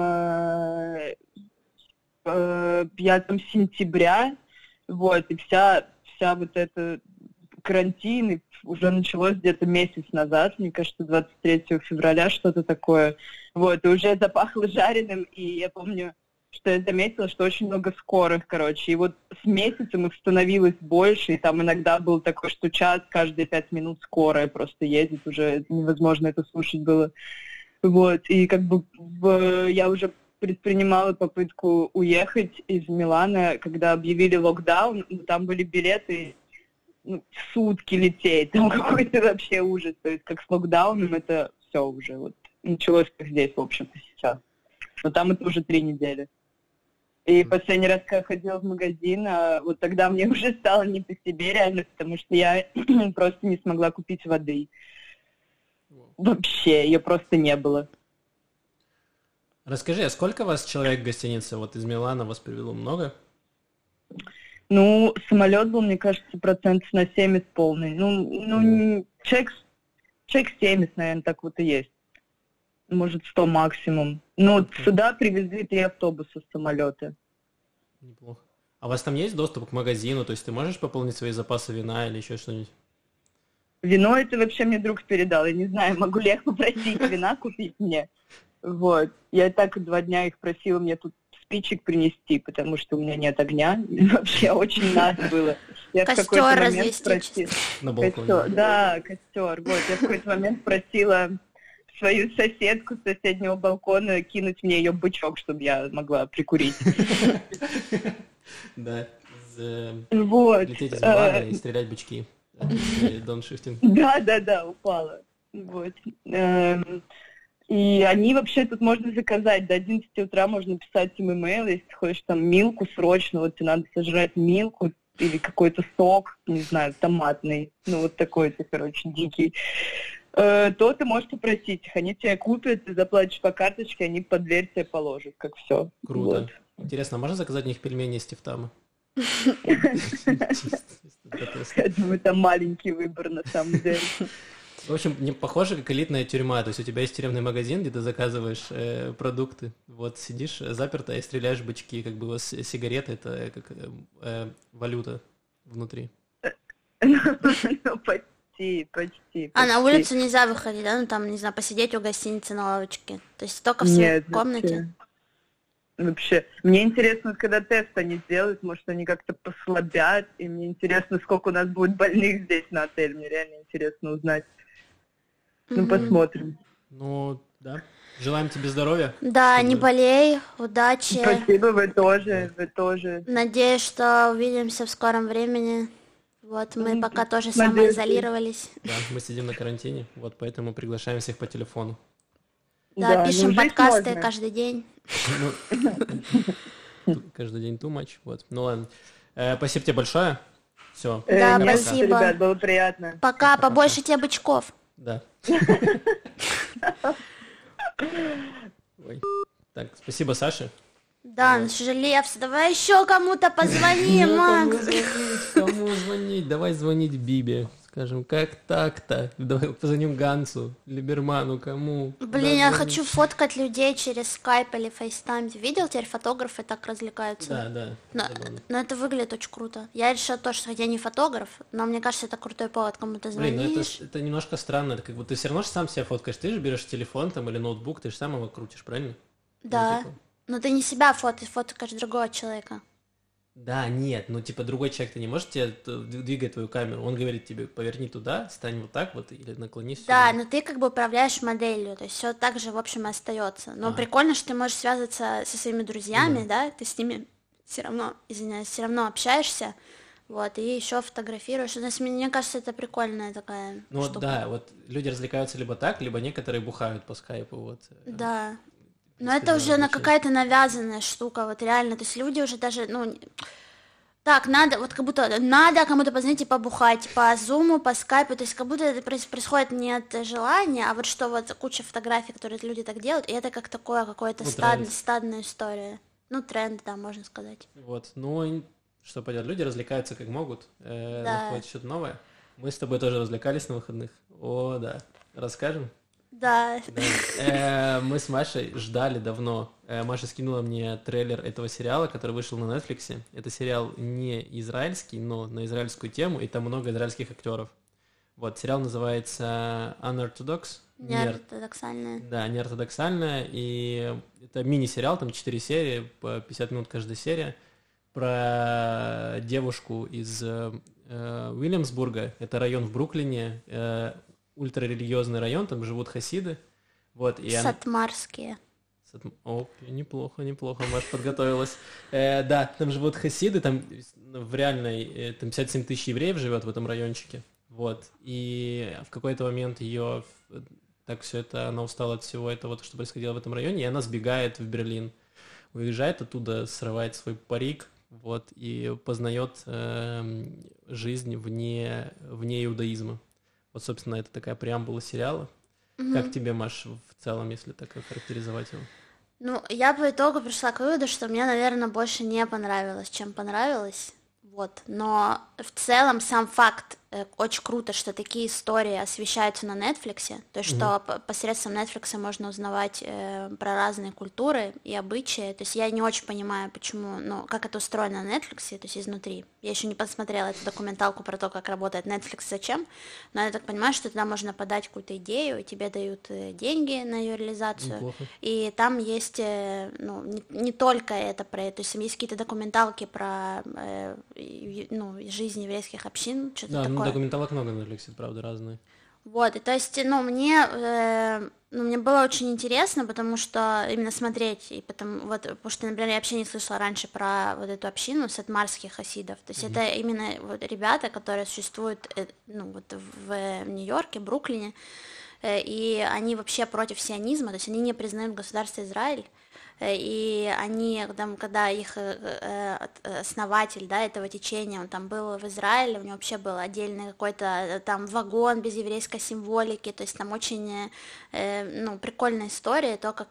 я там с сентября, вот, и вся вот эта карантин уже началось где-то месяц назад, мне кажется, 23 февраля, что-то такое. Вот, и уже запахло жареным, и я помню, что я заметила, что очень много скорых, короче. И вот с месяцем их становилось больше, и там иногда был такой, что час, каждые 5 минут скорая просто едет, уже невозможно это слушать было. Вот, и как бы я уже предпринимала попытку уехать из Милана, когда объявили локдаун, там были билеты, ну, сутки лететь, там какой-то вообще ужас. То есть как с локдауном это все уже вот началось как здесь, в общем-то, сейчас. Но там это уже 3 недели. И последний раз, когда ходила в магазин, вот тогда мне уже стало не по себе реально, потому что я просто не смогла купить воды. Вообще, ее просто не было. Расскажи, а сколько вас человек в гостинице? Вот из Милана вас привело много? Ну, самолет был, мне кажется, процентов на 70 полный. Ну, человек 70, наверное, так вот и есть. Может, 100 максимум. Ну, сюда привезли 3 автобуса с самолета. Неплохо. А у вас там есть доступ к магазину? То есть ты можешь пополнить свои запасы вина или еще что-нибудь? Вино это вообще мне друг передал. Я не знаю, могу ли я попросить вина купить мне. Вот. Я и так 2 дня их просила мне тут спичек принести, потому что у меня нет огня. Вообще очень надо было. Я костер развести. На балконе. Да, костер. Вот. Я в какой-то момент просила свою соседку с соседнего балкона кинуть мне ее бычок, чтобы я могла прикурить. Да. Вот. Лететь из Милана и стрелять бычки. Дауншифтинг. Да, упала. Вот. И они вообще тут можно заказать. До 11 утра можно писать им имейл, если ты хочешь там милку срочно, вот тебе надо сожрать милку или какой-то сок, не знаю, томатный, ну вот такой-то, короче, дикий, то ты можешь попросить их. Они тебе купят, ты заплатишь по карточке, они под дверь тебе положат, как все. Круто. Вот. Интересно, а можно заказать у них пельмени из тефтама? Я думаю, там маленький выбор на самом деле. В общем, не похоже, как элитная тюрьма. То есть у тебя есть тюремный магазин, где ты заказываешь продукты. Вот сидишь заперто и стреляешь бычки. Как бы у вас сигареты — это как валюта внутри. Ну, почти. А на улицу нельзя выходить, да? Ну там, не знаю, посидеть у гостиницы на лавочке. То есть только в своей комнате. Вообще. Мне интересно, когда тест они сделают, может, они как-то послабят. И мне интересно, сколько у нас будет больных здесь на отеле. Мне реально интересно узнать. Ну, посмотрим. Ну, да. Желаем тебе здоровья. Да, не болей, удачи. Спасибо, вы тоже. Надеюсь, что увидимся в скором времени. Вот, мы пока тоже самоизолировались. Да, мы сидим на карантине, вот поэтому приглашаем всех по телефону. Да, пишем подкасты каждый день. Каждый день too much, вот. Ну ладно. Спасибо тебе большое. Все. Да, спасибо. Ребят, было приятно. Пока, побольше тебе бычков. Да. Ой. Так, спасибо, Саше. Да, ну что же, Левс, давай еще кому-то позвоним, Макс. Кому звонить? Давай звонить Бибе. Скажем, как так-то? Давай позвоним Гансу, Либерману, кому? Блин, я хочу фоткать людей через скайп или фейстайм. Ты видел, теперь фотографы так развлекаются? Да. Но это выглядит очень круто. Я решила тоже, что я не фотограф, но мне кажется, это крутой повод кому-то звонить. Блин, ну это немножко странно. Это как бы ты все равно же сам себя фоткаешь. Ты же берешь телефон там или ноутбук, ты же сам его крутишь, правильно? Да. Но ты не себя фоткаешь другого человека. Да, нет, ну типа другой человек, ты не можешь тебе двигать твою камеру. Он говорит тебе, поверни туда, стань вот так вот или наклонись. Да, но ты как бы управляешь моделью, то есть все так же, в общем, и остается. Но прикольно, что ты можешь связываться со своими друзьями, да, ты с ними все равно, все равно общаешься, вот, и еще фотографируешь. То есть, мне кажется, это прикольная такая штука. Вот да, вот люди развлекаются либо так, либо некоторые бухают по скайпу, вот. Да. Но это уже какая-то навязанная штука, вот реально, то есть люди уже даже, так, надо, вот как будто надо кому-то позвонить и побухать по зуму, по скайпу, то есть как будто это происходит не от желания, а вот что вот куча фотографий, которые люди так делают, и это как такое какое-то стадная история. Ну, тренд, да, можно сказать. Вот, ну, что поделать, люди развлекаются как могут, находят что-то новое. Мы с тобой тоже развлекались на выходных. О, да, расскажем? Да. Мы с Машей ждали давно. Маша скинула мне трейлер этого сериала, который вышел на Netflix. Это сериал не израильский, но на израильскую тему, и там много израильских актеров. Вот, сериал называется Unorthodox. Неортодоксальная. Да, неортодоксальная, и это мини-сериал, там 4 серии, по 50 минут каждая серия, про девушку из Уильямсбурга, это район в Бруклине, ультрарелигиозный район, там живут хасиды. Вот, и Сатмарские. О, неплохо, Маша подготовилась. Да, там живут хасиды, там в реальной, там 57 тысяч евреев живет в этом райончике. Вот, и в какой-то момент ее, так все это, она устала от всего этого, что происходило в этом районе, и она сбегает в Берлин. Уезжает оттуда, срывает свой парик, вот, и познает жизнь вне иудаизма. Вот, собственно, это такая преамбула сериала. Как тебе, Маш, в целом, если так характеризовать его? Ну, я по итогу пришла к выводу, что мне, наверное, больше не понравилось, чем понравилось. Вот. Но в целом сам факт очень круто, что такие истории освещаются на Netflix, то есть что посредством Netflix можно узнавать про разные культуры и обычаи. То есть я не очень понимаю, почему, как это устроено на Netflix, то есть изнутри. Я еще не посмотрела эту документалку про то, как работает Netflix, зачем, но я так понимаю, что туда можно подать какую-то идею, и тебе дают деньги на ее реализацию. Неплохо. И там есть, не только это про, то есть там есть какие-то документалки про жизнь еврейских общин, что-то такое. Документалок много на Netflix, правда, разные. Вот, и то есть, мне было очень интересно, потому что именно смотреть, и потому что, например, я вообще не слышала раньше про вот эту общину сатмарских хасидов, то есть это именно вот ребята, которые существуют, в Нью-Йорке, Бруклине, и они вообще против сионизма, то есть они не признают государство Израиль. И они, когда их основатель, да, этого течения, он там был в Израиле, у него вообще был отдельный какой-то там вагон без еврейской символики, то есть там очень, прикольная история, то, как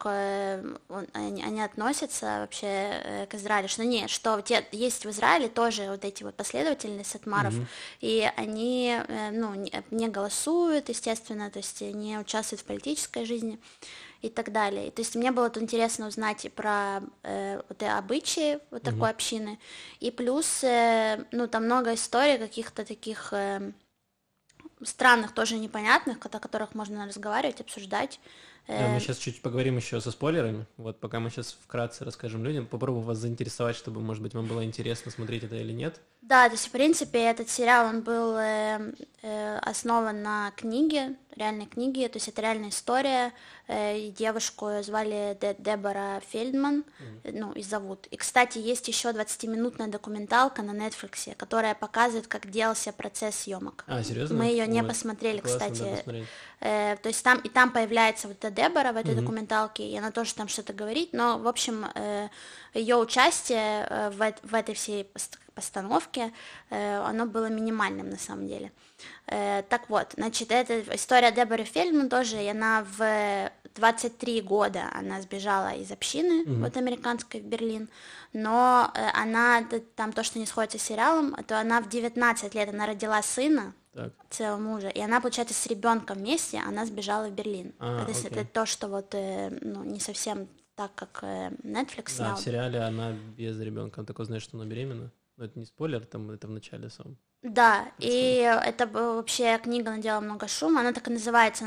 они относятся вообще к Израилю, что нет, что есть в Израиле тоже вот эти вот последователи сатмаров, и они, не голосуют, естественно, то есть не участвуют в политической жизни, и так далее. То есть мне было тут интересно узнать и про вот обычаи вот такой общины, и плюс, там много историй каких-то таких странных, тоже непонятных, о которых можно разговаривать, обсуждать. Мы сейчас чуть поговорим еще со спойлерами, вот пока мы сейчас вкратце расскажем людям, попробуем вас заинтересовать, чтобы, может быть, вам было интересно смотреть это или нет. Да, то есть, в принципе, этот сериал, он был основан на книге, реальной книге, то есть это реальная история, девушку звали Дебора Фельдман, и зовут. И, кстати, есть еще 20-минутная документалка на Netflix, которая показывает, как делался процесс съемок. А, серьезно? Мы ее не посмотрели, классно, кстати. Да, то есть там появляется вот эта Дебора в этой документалке, и она тоже там что-то говорит, но, в общем, ее участие в этой всей постановке, оно было минимальным на самом деле. Так вот, значит, это история Деборы Фельдман тоже, и она в 23 года она сбежала из общины вот американской в Берлин, но она, там то, что не сходится с сериалом, то она в 19 лет, она родила сына, своего мужа, и она, получается, с ребенком вместе, она сбежала в Берлин. Это то, что вот, не совсем так, как Netflix снял. Да, в сериале она без ребенка, он такой знает, что она беременна. Но это не спойлер, там это в начале самом. Да, и это вообще книга наделала много шума, она так и называется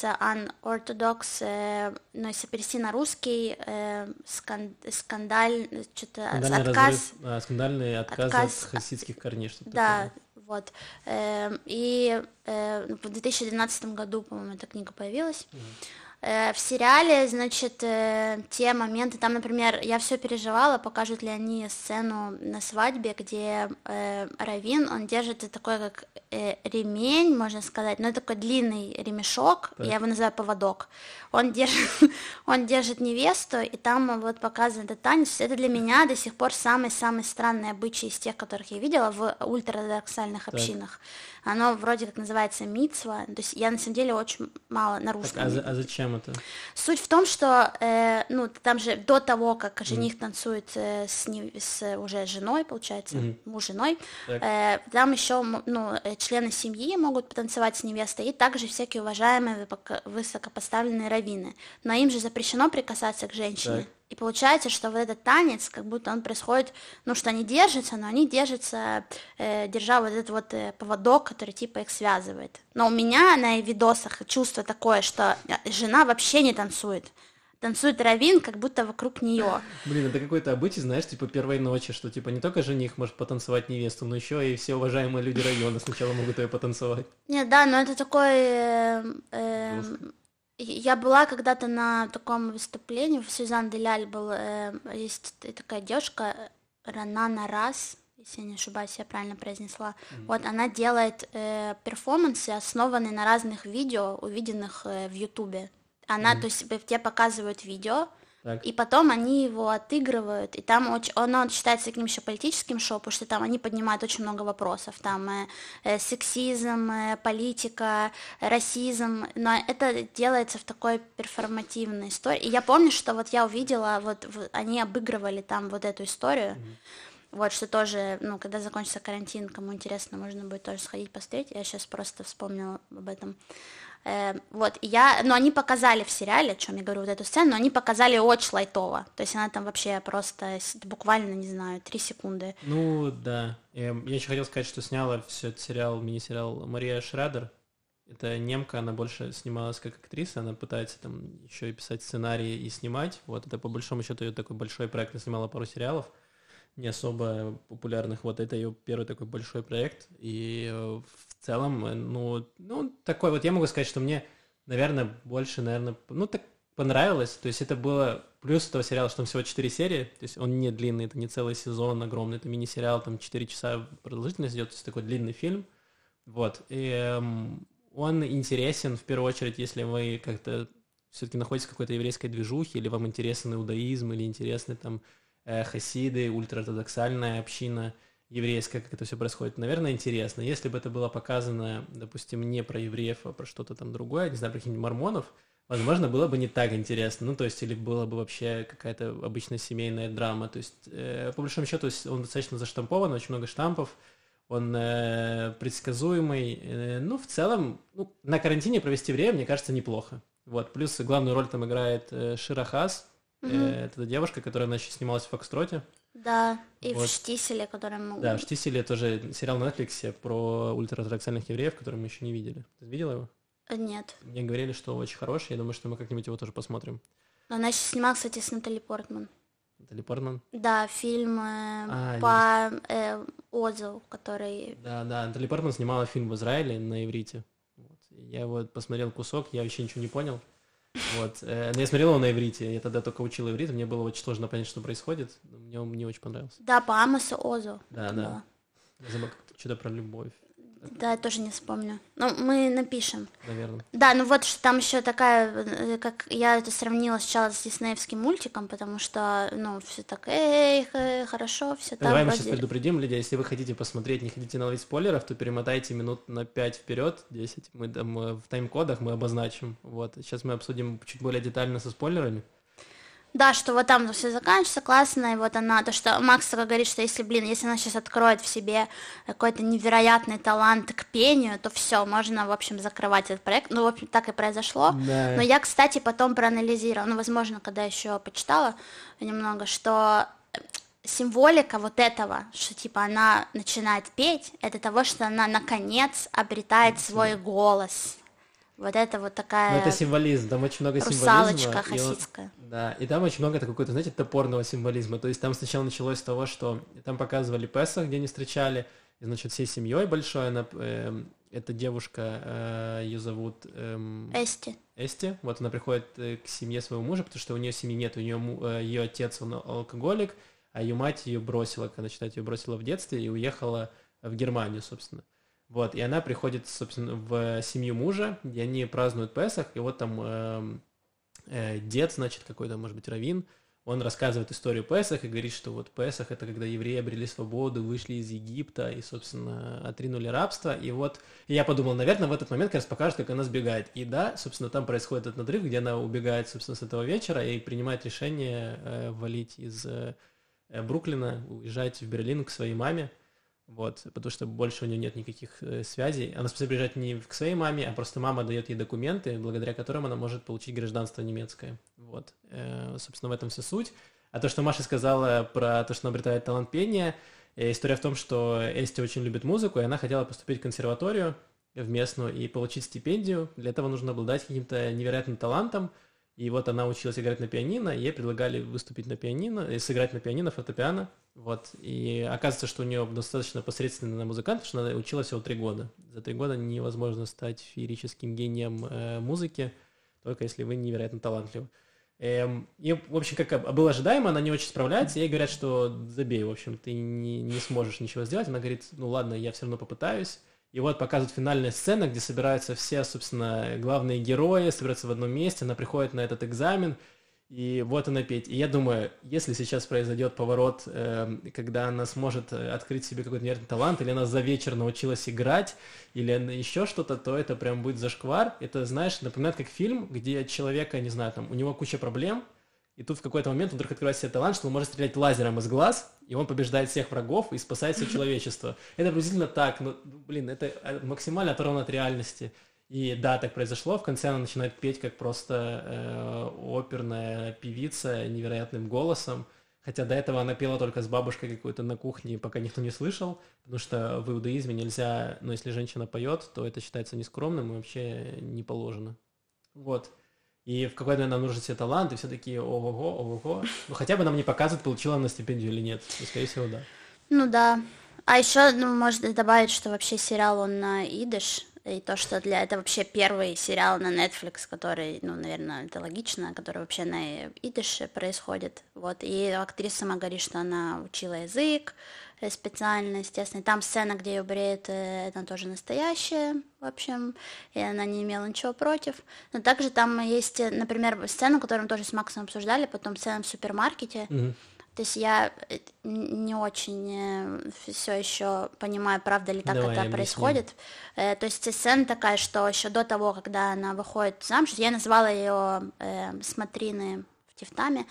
Unorthodox, но если перевести на русский, скандальный отказ от хасидских корней, что-то такое. Вот. И в 2012 году, по-моему, эта книга появилась. В сериале, значит, те моменты, там, например, я все переживала, покажут ли они сцену на свадьбе, где раввин, он держит такой, как ремень, можно сказать, но такой длинный ремешок, я его называю поводок, он держит невесту, и там вот показан этот танец, это для меня до сих пор самый-самый странный обычай из тех, которых я видела в ультраортодоксальных общинах. Оно вроде как называется мицва, то есть я на самом деле очень мало на русском. А зачем это? Суть в том, что там же до того, как жених танцует с уже женой, получается, муж с женой, там еще члены семьи могут потанцевать с невестой, и также всякие уважаемые высокопоставленные раввины. Но им же запрещено прикасаться к женщине. Так. И получается, что вот этот танец, как будто он происходит, что они держатся, но они держатся, держа вот этот вот поводок, который типа их связывает. Но у меня на видосах чувство такое, что жена вообще не танцует. Танцует раввин, как будто вокруг нее. Блин, это какой-то обычай, знаешь, типа первой ночи, что типа не только жених может потанцевать невесту, но еще и все уважаемые люди района сначала могут ее потанцевать. Нет, да, но это такой... Я была когда-то на таком выступлении, в Сюзан Деляль был, есть такая девушка, Ранана Рас, если я не ошибаюсь, я правильно произнесла. Вот, она делает перформансы, основанные на разных видео, увиденных в Ютубе. Она, то есть, тебе показывают видео, и потом они его отыгрывают, и там оно считается таким еще политическим шоу, потому что там они поднимают очень много вопросов, там сексизм, политика, расизм, но это делается в такой перформативной истории. И я помню, что вот я увидела, они обыгрывали там вот эту историю, вот, что тоже, когда закончится карантин, кому интересно, можно будет тоже сходить посмотреть, я сейчас просто вспомнила об этом. Вот, но они показали в сериале, о чем я говорю, вот эту сцену, но они показали очень лайтово, то есть она там вообще просто буквально, не знаю, 3 секунды. Ну, да, я еще хотел сказать, что сняла все этот сериал, мини-сериал Мария Шредер, это немка, она больше снималась как актриса, она пытается там еще и писать сценарии и снимать, вот, это по большому счету ее такой большой проект, она снимала пару сериалов, не особо популярных, вот это ее первый такой большой проект, и в целом, такой вот, я могу сказать, что мне, наверное, больше, так понравилось, то есть это было плюс этого сериала, что там всего 4 серии, то есть он не длинный, это не целый сезон огромный, это мини-сериал, там 4 часа продолжительность идет, то есть такой длинный фильм, вот, и Он интересен, в первую очередь, если вы как-то все-таки находитесь в какой-то еврейской движухе, или вам интересен иудаизм, или интересны там хасиды, ультраортодоксальная община еврейская, как это все происходит. Наверное, интересно. Если бы это было показано, допустим, не про евреев, а про что-то там другое, не знаю, про каких-нибудь мормонов, возможно, было бы не так интересно. Ну, то есть, или было бы вообще какая-то обычная семейная драма. То есть, по большому счету, он достаточно заштампован, очень много штампов, он предсказуемый. Ну, в целом, на карантине провести время, мне кажется, неплохо. Вот. Плюс главную роль там играет Шира Хас. Это девушка, которая иначе снималась в «Фокстроте». Да, и вот. В «Штиселе», который мы... Да, в «Штиселе» тоже сериал на Netflix про ультраортодоксальных евреев, который мы еще не видели. Ты видела его? Нет. Мне говорили, что очень хороший, я думаю, что мы как-нибудь его тоже посмотрим. Она сейчас снимала, кстати, с Натали Портман. Натали Портман? Да, фильм по Озу, который... Да, Натали Портман снимала фильм в Израиле на иврите. Вот. Я вот посмотрел кусок, я вообще ничего не понял. Вот. Но я смотрел его на иврите, я тогда только учил иврит, мне было очень сложно понять, что происходит, но мне он не очень понравился. Да, по Амосу Озу. Да. Я забыл что-то про любовь. Да, я тоже не вспомню. Ну, мы напишем. Наверное. Да, ну вот что там еще такая, как я это сравнила сначала с диснеевским мультиком, потому что, все так, хорошо, все так. Давай мы сейчас предупредим, Лидия, если вы хотите посмотреть, не хотите наловить спойлеров, то перемотайте минут на 5 вперед, 10, мы там в тайм-кодах мы обозначим. Вот. Сейчас мы обсудим чуть более детально со спойлерами. Да, что вот там все заканчивается классно, и вот то, что Макс говорит, что если она сейчас откроет в себе какой-то невероятный талант к пению, то все, можно, в общем, закрывать этот проект. Ну, в общем, так и произошло. Да. Но я, кстати, потом проанализировала, возможно, когда еще почитала немного, что символика вот этого, что, типа, она начинает петь, это того, что она, наконец, обретает свой голос. Вот это вот такая... Ну, это символизм, там очень много символизма. Русалочка хасидская. Да, и там очень много какой-то, знаете, топорного символизма. То есть там сначала началось с того, что там показывали Песах, где они встречали, и, значит, всей семьей большой, эта девушка, ее зовут... Эсти. Вот она приходит к семье своего мужа, потому что у нее семьи нет, ее отец, он алкоголик, а ее мать ее бросила, когда, ее бросила в детстве и уехала в Германию, собственно. Вот, и она приходит, собственно, в семью мужа, где они празднуют Песах, и вот там дед, значит, какой-то, может быть, раввин, он рассказывает историю Песах и говорит, что вот Песах — это когда евреи обрели свободу, вышли из Египта и, собственно, отринули рабство, и вот я подумал, наверное, в этот момент как раз покажут, как она сбегает. И да, собственно, там происходит этот надрыв, где она убегает, собственно, с этого вечера и принимает решение валить из Бруклина, уезжать в Берлин к своей маме. Вот, потому что больше у нее нет никаких связей. Она способна приезжать не к своей маме, а просто мама дает ей документы, благодаря которым она может получить гражданство немецкое. Вот, собственно, в этом вся суть. А то, что Маша сказала про то, что она обретает талант пения, история в том, что Эсти очень любит музыку, и она хотела поступить в консерваторию в местную и получить стипендию. Для этого нужно обладать каким-то невероятным талантом. И вот она училась играть на пианино, ей предлагали выступить на пианино, сыграть на пианино, фортепиано. Вот. И оказывается, что у нее достаточно посредственный музыкант, потому что она училась всего 3 года. За 3 года невозможно стать феерическим гением музыки, только если вы невероятно талантливы. И, в общем, как было ожидаемо, она не очень справляется, ей говорят, что забей, в общем, ты не сможешь ничего сделать. Она говорит, ну ладно, я все равно попытаюсь. И вот показывают финальная сцена, где собираются все, собственно, главные герои, собираются в одном месте, она приходит на этот экзамен, и вот она петь. И я думаю, если сейчас произойдет поворот, когда она сможет открыть себе какой-то невероятный талант, или она за вечер научилась играть, или еще что-то, то это прям будет зашквар. Это, знаешь, напоминает как фильм, где человека, не знаю, там, у него куча проблем, и тут в какой-то момент он вдруг открывает себе талант, что он может стрелять лазером из глаз, и он побеждает всех врагов и спасает все человечество. Это приблизительно так, но, блин, это максимально оторвано от реальности. И да, так произошло. В конце она начинает петь как просто оперная певица невероятным голосом. Хотя до этого она пела только с бабушкой какой-то на кухне, пока никто не слышал. Потому что в иудаизме нельзя, ну, если женщина поет, то это считается нескромным и вообще не положено. Вот. И в какой-то момент нам нужен себе талант, и все такие ого-го. Ну, хотя бы нам не показывают, получила она стипендию или нет. И, скорее всего, да. Ну да. А еще, можно добавить, что вообще сериал, он на идиш. и то, что это вообще первый сериал на Netflix, который, ну, наверное, это логично, который вообще на идише происходит, вот, и актриса сама говорит, что она учила язык специально, естественно, и там сцена, где ее бреют, это тоже настоящая, в общем, и она не имела ничего против, но также там есть, например, сцена, которую мы тоже с Максом обсуждали, потом сцена в супермаркете. То есть я не очень все еще понимаю, правда ли так Давай, это объясни. происходит. То есть сцена такая, что еще до того, когда она выходит замуж, я назвала ее смотрины в Тифтаме.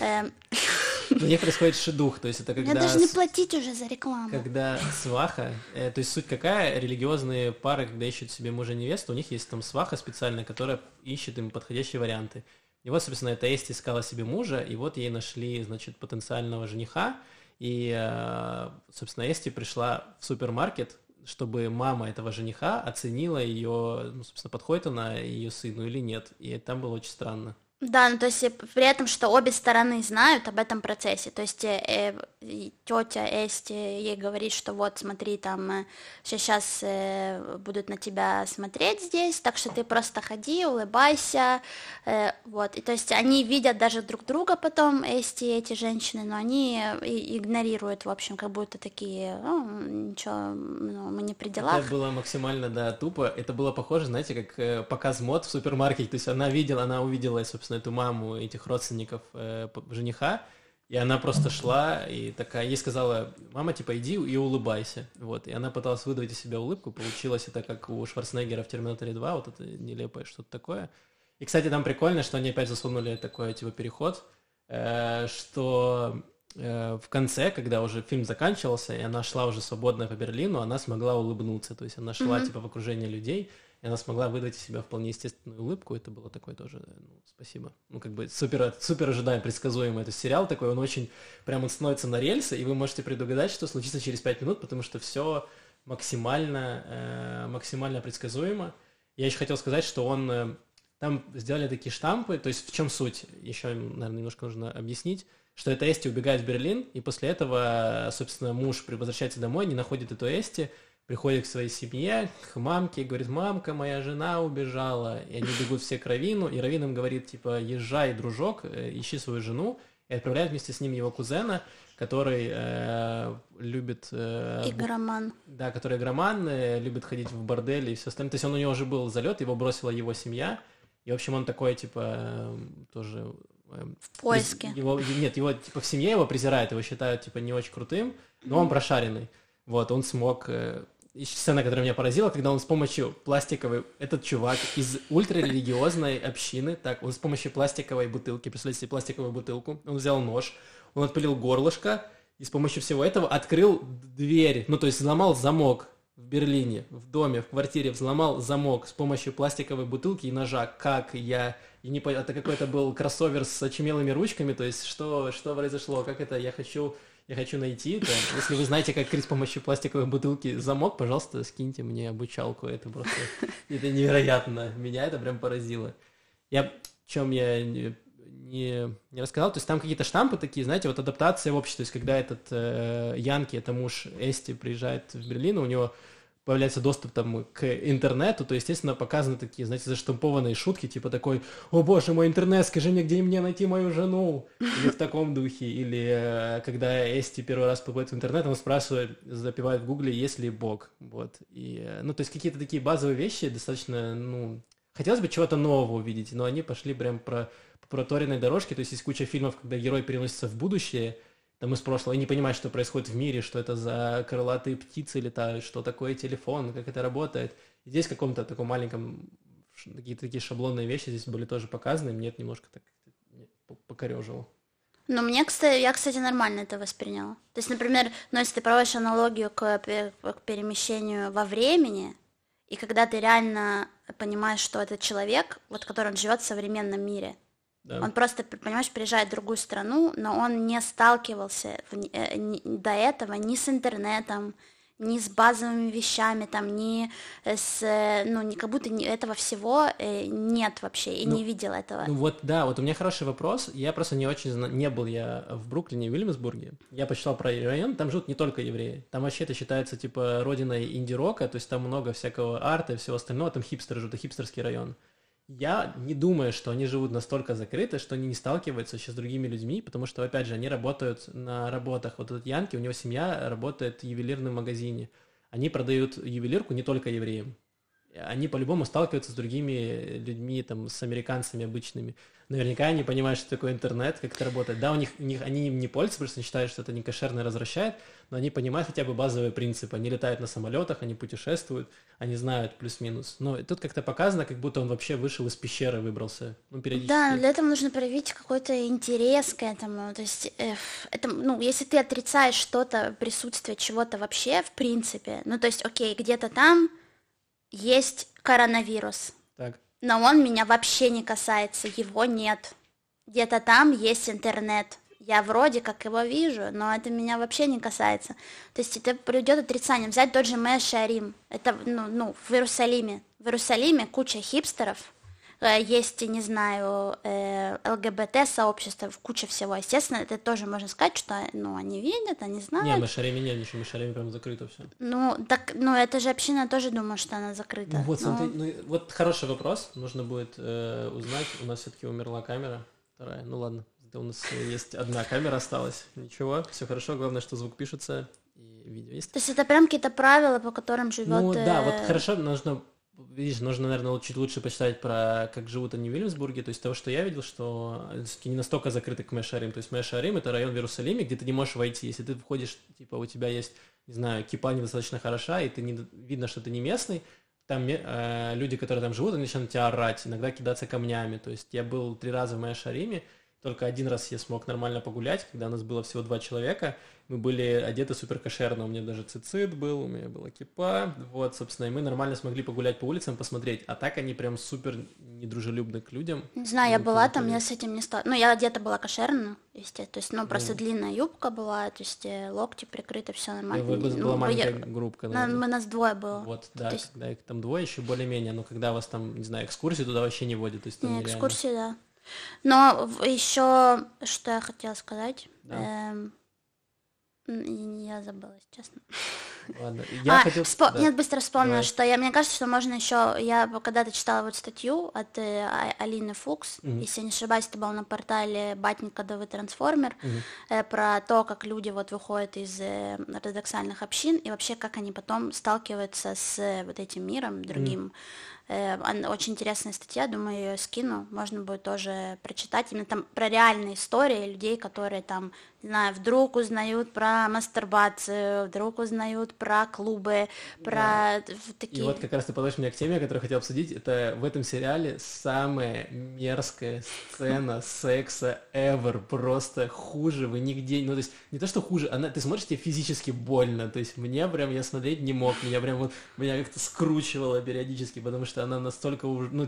У них происходит шедух, то есть это когда... Мне даже не платить уже за рекламу. Когда сваха, то есть суть какая, религиозные пары, когда ищут себе мужа и невесту, у них есть там сваха специальная, которая ищет им подходящие варианты. И вот, собственно, эта Эсти искала себе мужа, и вот ей нашли, значит, потенциального жениха, и, собственно, Эсти пришла в супермаркет, чтобы мама этого жениха оценила ее, ну, собственно, подходит она ее сыну или нет, и там было очень странно. Да, ну то есть при этом, что обе стороны знают об этом процессе, то есть тетя Эсти ей говорит, что вот смотри, там сейчас будут на тебя смотреть здесь, так что ты просто ходи, улыбайся, вот, и то есть они видят даже друг друга потом, Эсти и эти женщины, но они игнорируют, в общем, как будто такие, ничего, ну, мы не при делах. Это было максимально, да, тупо, это было похоже, знаете, как показ мод в супермаркете, то есть она увидела, собственно, эту маму этих родственников жениха, и она просто шла и такая, ей сказала, мама, типа, иди и улыбайся, вот, и она пыталась выдавить из себя улыбку, получилось это как у Шварценеггера в «Терминаторе 2», вот это нелепое что-то такое. И, кстати, там прикольно, что они опять засунули такой, типа, переход, что в конце, когда уже фильм заканчивался, и она шла уже свободная по Берлину, она смогла улыбнуться, то есть она шла, типа, в окружении людей, и она смогла выдать из себя вполне естественную улыбку, это было такое тоже, ну, спасибо. Ну, как бы супер ожидаем, предсказуемый этот сериал такой, он очень, прям он становится на рельсы, и вы можете предугадать, что случится через 5 минут, потому что все максимально предсказуемо. Я еще хотел сказать, что он, там сделали такие штампы, то есть в чем суть, еще, наверное, немножко нужно объяснить, что эта Эсти убегает в Берлин, и после этого, собственно, муж возвращается домой, не находит эту Эсти, приходит к своей семье, к мамке, и говорит, мамка, моя жена убежала, и они бегут все к Равину, и Равин им говорит, типа, езжай, дружок, ищи свою жену, и отправляет вместе с ним его кузена, который любит... Игроман. Да, который игроман, любит ходить в бордель и все остальное, то есть у него уже был залет, его бросила его семья, и, в общем, он такой, типа, тоже... В поиске. Его типа в семье его презирают, его считают типа не очень крутым, но он прошаренный. Вот, он смог... И сцена, которая меня поразила, когда он с помощью пластиковой... Этот чувак из ультрарелигиозной общины, так, он с помощью пластиковой бутылки, представляете себе пластиковую бутылку, он взял нож, он отпилил горлышко, и с помощью всего этого открыл дверь, ну, то есть взломал замок в Берлине, в доме, в квартире, взломал замок с помощью пластиковой бутылки и ножа. Как я... И не понял, это какой-то был кроссовер с очумелыми ручками, то есть что произошло, как это, я хочу найти это. Если вы знаете, как открыть с помощью пластиковой бутылки замок, пожалуйста, скиньте мне обучалку, это просто, это невероятно, меня это прям поразило. Я не рассказал, то есть там какие-то штампы такие, знаете, вот адаптация в обществе, то есть когда этот Янки, это муж Эсти, приезжает в Берлин, у него появляется доступ там к интернету, то, естественно, показаны такие, знаете, заштампованные шутки, типа такой, о боже мой, интернет, скажи мне, где мне найти мою жену, или в таком духе, или когда Эсти первый раз попадает в интернет, он спрашивает, запивает в гугле, есть ли Бог, вот, и, ну, то есть какие-то такие базовые вещи, достаточно, ну, хотелось бы чего-то нового увидеть, но они пошли прям по проторенной дорожке, то есть есть куча фильмов, когда герой переносится в будущее, там из прошлого, и не понимаешь, что происходит в мире, что это за крылатые птицы летают, что такое телефон, как это работает. И здесь в каком-то таком маленьком, какие-то такие шаблонные вещи здесь были тоже показаны, мне это немножко так покорежило. Ну, я, кстати, нормально это восприняла. То есть, например, ну, если ты проводишь аналогию к перемещению во времени, и когда ты реально понимаешь, что этот человек, вот который он живет в современном мире, да. Он просто, понимаешь, приезжает в другую страну, но он не сталкивался до этого ни с интернетом, ни с базовыми вещами, там, ни с, ни как будто этого всего нет вообще, и не видела этого. Ну вот, да, вот у меня хороший вопрос, я просто не очень знаю, не был я в Бруклине, в Вильямсбурге, я почитал про район, там живут не только евреи, там вообще это считается, типа, родиной инди-рока, то есть там много всякого арта и всего остального, там хипстеры живут, это хипстерский район. Я не думаю, что они живут настолько закрыто, что они не сталкиваются сейчас с другими людьми, потому что, опять же, они работают на работах. Вот этот Янки, у него семья работает в ювелирном магазине. Они продают ювелирку не только евреям. Они по-любому сталкиваются с другими людьми, там, с американцами обычными. Наверняка они понимают, что такое интернет, как это работает. Да, у них они им не пользуются, потому что они считают, что это не кошерно и развращает, но они понимают хотя бы базовые принципы. Они летают на самолетах, они путешествуют, они знают плюс-минус. Но тут как-то показано, как будто он вообще вышел из пещеры, выбрался. Ну, периодически. Да, но для этого нужно проявить какой-то интерес к этому. То есть, если ты отрицаешь что-то, присутствие чего-то вообще, в принципе, ну, то есть, окей, где-то там есть коронавирус, Так. но он меня вообще не касается, его нет. Где-то там есть интернет, я вроде как его вижу, но это меня вообще не касается. То есть это придет отрицанием. Взять тот же Меа Шеарим, это в Иерусалиме. В Иерусалиме куча хипстеров, есть, не знаю, ЛГБТ-сообщество, куча всего. Естественно, это тоже можно сказать, что, они видят, они знают. Не, Мешареме нет, ничего, Мешареме прям закрыто все. Это же община тоже думаю, что она закрыта. Смотри, вот хороший вопрос, нужно будет узнать, у нас все-таки умерла камера, вторая, ну ладно, у нас есть одна камера осталась, ничего, все хорошо, главное, что звук пишется и видео есть. То есть это прям какие-то правила, по которым живет... Ну да, вот хорошо, нужно, наверное, чуть лучше почитать про как живут они в Вильямсбурге, то есть того, что я видел, что все-таки не настолько закрыты к Меа Шеарим, то есть Меа Шеарим — это район в Иерусалиме, где ты не можешь войти, если ты входишь, типа у тебя есть, не знаю, кипа недостаточно хороша, и видно, что ты не местный, там люди, которые там живут, они начинают тебя орать, иногда кидаться камнями, то есть я был 3 раза в Меа Шеариме, только 1 раз я смог нормально погулять, когда у нас было всего 2 человека. Мы были одеты супер кошерно, у меня даже цицит был, у меня была кипа, вот, собственно, и мы нормально смогли погулять по улицам, посмотреть. А так они прям супер недружелюбны к людям. Не знаю, я была там, я с этим не стала. Я одета была кошерно, естественно, то есть, просто длинная юбка была, то есть локти прикрыты, все нормально. Была маленькая группка, наверное. Нас 2 было. Вот, да, когда их там 2, еще более-менее, но когда вас там, не знаю, экскурсии туда вообще не водят, то есть там нереально. Экскурсии, да. Но еще, что я хотела сказать, да. Я забыла, честно. Ладно. Нет, быстро вспомнила, что мне кажется, что можно еще. Я когда-то читала вот статью от Алины Фукс, если я не ошибаюсь, это было на портале Батник Кодовый Трансформер, про то, как люди вот выходят из ортодоксальных общин и вообще как они потом сталкиваются с вот этим миром другим. Очень интересная статья, думаю, ее скину, можно будет тоже прочитать. Именно там про реальные истории людей, которые там, не знаю, вдруг узнают про мастурбацию, вдруг узнают про клубы, про такие... И вот как раз ты подошел меня к теме, которую хотел обсудить. Это в этом сериале самая мерзкая сцена секса ever. Просто хуже вы нигде... Ну, то есть, не то, что хуже, ты смотришь, тебе физически больно. То есть, мне прям, я смотреть не мог. Меня как-то скручивало периодически, потому что она настолько уже, Ну,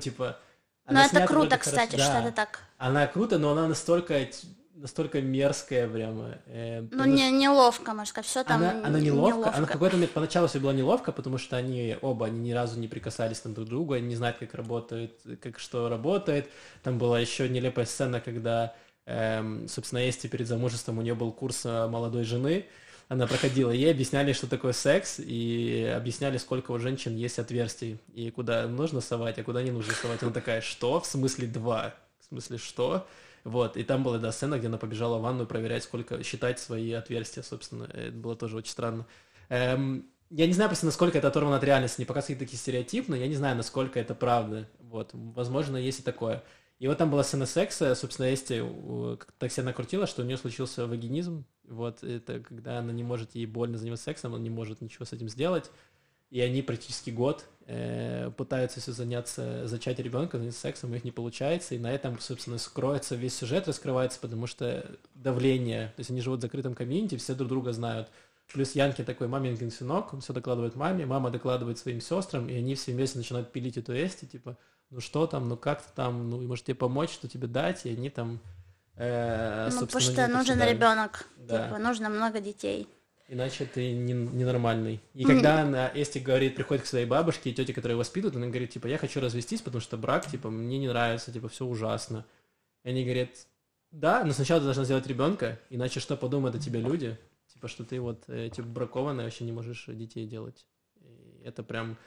это круто, кстати, да, что это так. Она круто, но она настолько мерзкая прямо. Неловко, можно сказать, все там она неловко. Она в какой-то момент поначалу все было неловко, потому что они ни разу не прикасались друг к другу, они не знают, как работает, как что работает. Там была еще нелепая сцена, когда, собственно, Эсти перед замужеством, у нее был курс молодой жены, она проходила, ей объясняли, что такое секс, и объясняли, сколько у женщин есть отверстий, и куда нужно совать, а куда не нужно совать. Она такая, что? В смысле 2? В смысле что? Вот, и там была, сцена, где она побежала в ванную проверять, считать свои отверстия, собственно. Это было тоже очень странно. Я не знаю просто, насколько это оторвано от реальности, не показывают такие стереотипы, но я не знаю, насколько это правда. Вот, возможно, есть и такое. И вот там была сцена секса, собственно, Эсти так себя накрутила, что у нее случился вагинизм. Вот, это когда она не может, ей больно заниматься сексом, она не может ничего с этим сделать. И они практически год пытаются все зачать ребенка, заняться сексом, у них не получается. И на этом, собственно, скроется весь сюжет, раскрывается, потому что давление, то есть они живут в закрытом комьюнити, все друг друга знают. Плюс Янки такой маменькин сынок, он все докладывает маме, мама докладывает своим сестрам, и они все вместе начинают пилить эту Эсти, типа, ну что там, ну как там, ну может тебе помочь, что тебе дать, и они там, потому что нужен ребенок, да. Типа, нужно много детей. Иначе ты ненормальный. И когда она, Эсти говорит, приходит к своей бабушке и тете, которые воспитывают, она говорит, типа, я хочу развестись, потому что брак, типа, мне не нравится, типа, все ужасно. И они говорят, да, но сначала ты должна сделать ребенка, иначе что подумают о тебе люди? Типа, что ты вот, типа, бракованная, вообще не можешь детей делать. И это прям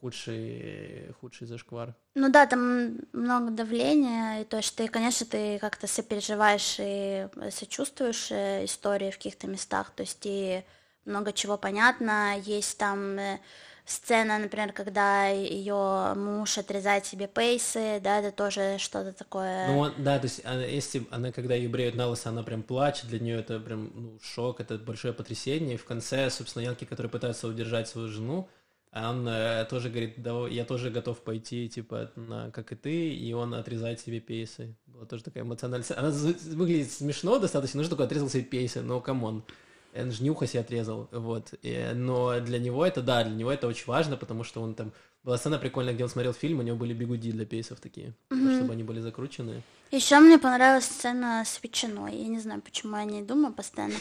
худший зашквар. Ну да, там много давления, и то, что ты, конечно, ты как-то сопереживаешь и сочувствуешь истории в каких-то местах, то есть и много чего понятно, есть там сцена, например, когда ее муж отрезает себе пейсы, да, это тоже что-то такое. Ну да, то есть если она, когда ее бреют на лысо, она прям плачет, для нее это прям шок, это большое потрясение, и в конце, собственно, Янки, который пытается удержать свою жену, он тоже говорит, да, я тоже готов пойти, типа, как и ты, и он отрезает себе пейсы. Была тоже такая эмоциональная... Она выглядит смешно достаточно, но что такое отрезал себе пейсы, ну, камон. Он же нюха себе отрезал, вот. Но для него это, да, для него это очень важно, потому что он там... Была сцена прикольная, где он смотрел фильм, у него были бигуди для пейсов такие, чтобы они были закрученные. Еще мне понравилась сцена с ветчиной. Я не знаю, почему я не думаю постоянно.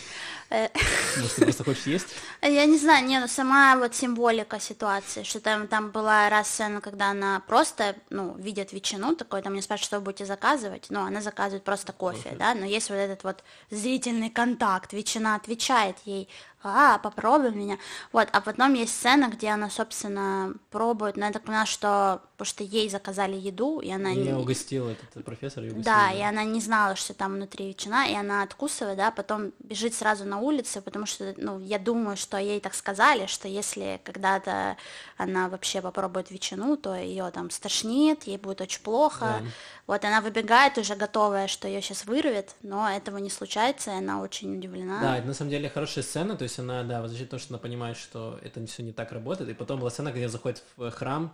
Может, ты просто хочешь есть? Я не знаю, ну сама вот символика ситуации, что там была раз сцена, когда она просто, видит ветчину, такой, там не спрашивают, что вы будете заказывать, но она заказывает просто кофе, да, но есть вот этот вот зрительный контакт, ветчина отвечает ей, попробуй меня, вот, а потом есть сцена, где она, собственно, пробует, но я так поняла, что, потому что ей заказали еду, и она... Меня угостил этот профессор, Да, и она не знала, что там внутри ветчина, и она откусывает, да, потом бежит сразу на улицу, потому что, я думаю, что ей так сказали, что если когда-то она вообще попробует ветчину, то ее там стошнит, ей будет очень плохо. Да. Вот она выбегает уже готовая, что ее сейчас вырвет, но этого не случается, и она очень удивлена. Да, это на самом деле хорошая сцена, то есть она, да, возвращает то, что она понимает, что это все не так работает, и потом была сцена, где она заходит в храм,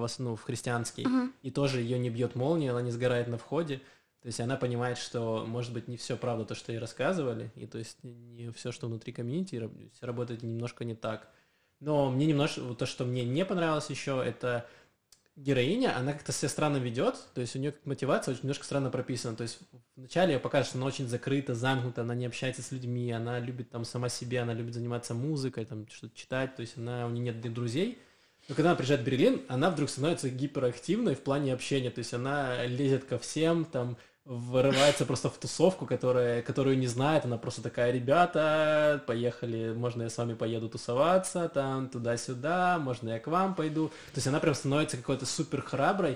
в христианский, и тоже ее не бьет молния, она не сгорает на входе, то есть она понимает, что, может быть, не все правда то, что ей рассказывали, и то есть не все, что внутри комьюнити, все работает немножко не так. Но мне немножко, то, что мне не понравилось еще, это героиня, она как-то себя странно ведет, то есть у нее мотивация очень немножко странно прописана, то есть вначале ее покажут, что она очень закрыта, замкнута, она не общается с людьми, она любит там сама себе, она любит заниматься музыкой, там что-то читать, то есть у нее нет друзей. Но когда она приезжает в Берлин, она вдруг становится гиперактивной в плане общения, то есть она лезет ко всем, там, вырывается просто в тусовку, которую не знает, она просто такая, ребята, поехали, можно я с вами поеду тусоваться, там, туда-сюда, можно я к вам пойду, то есть она прям становится какой-то супер храброй.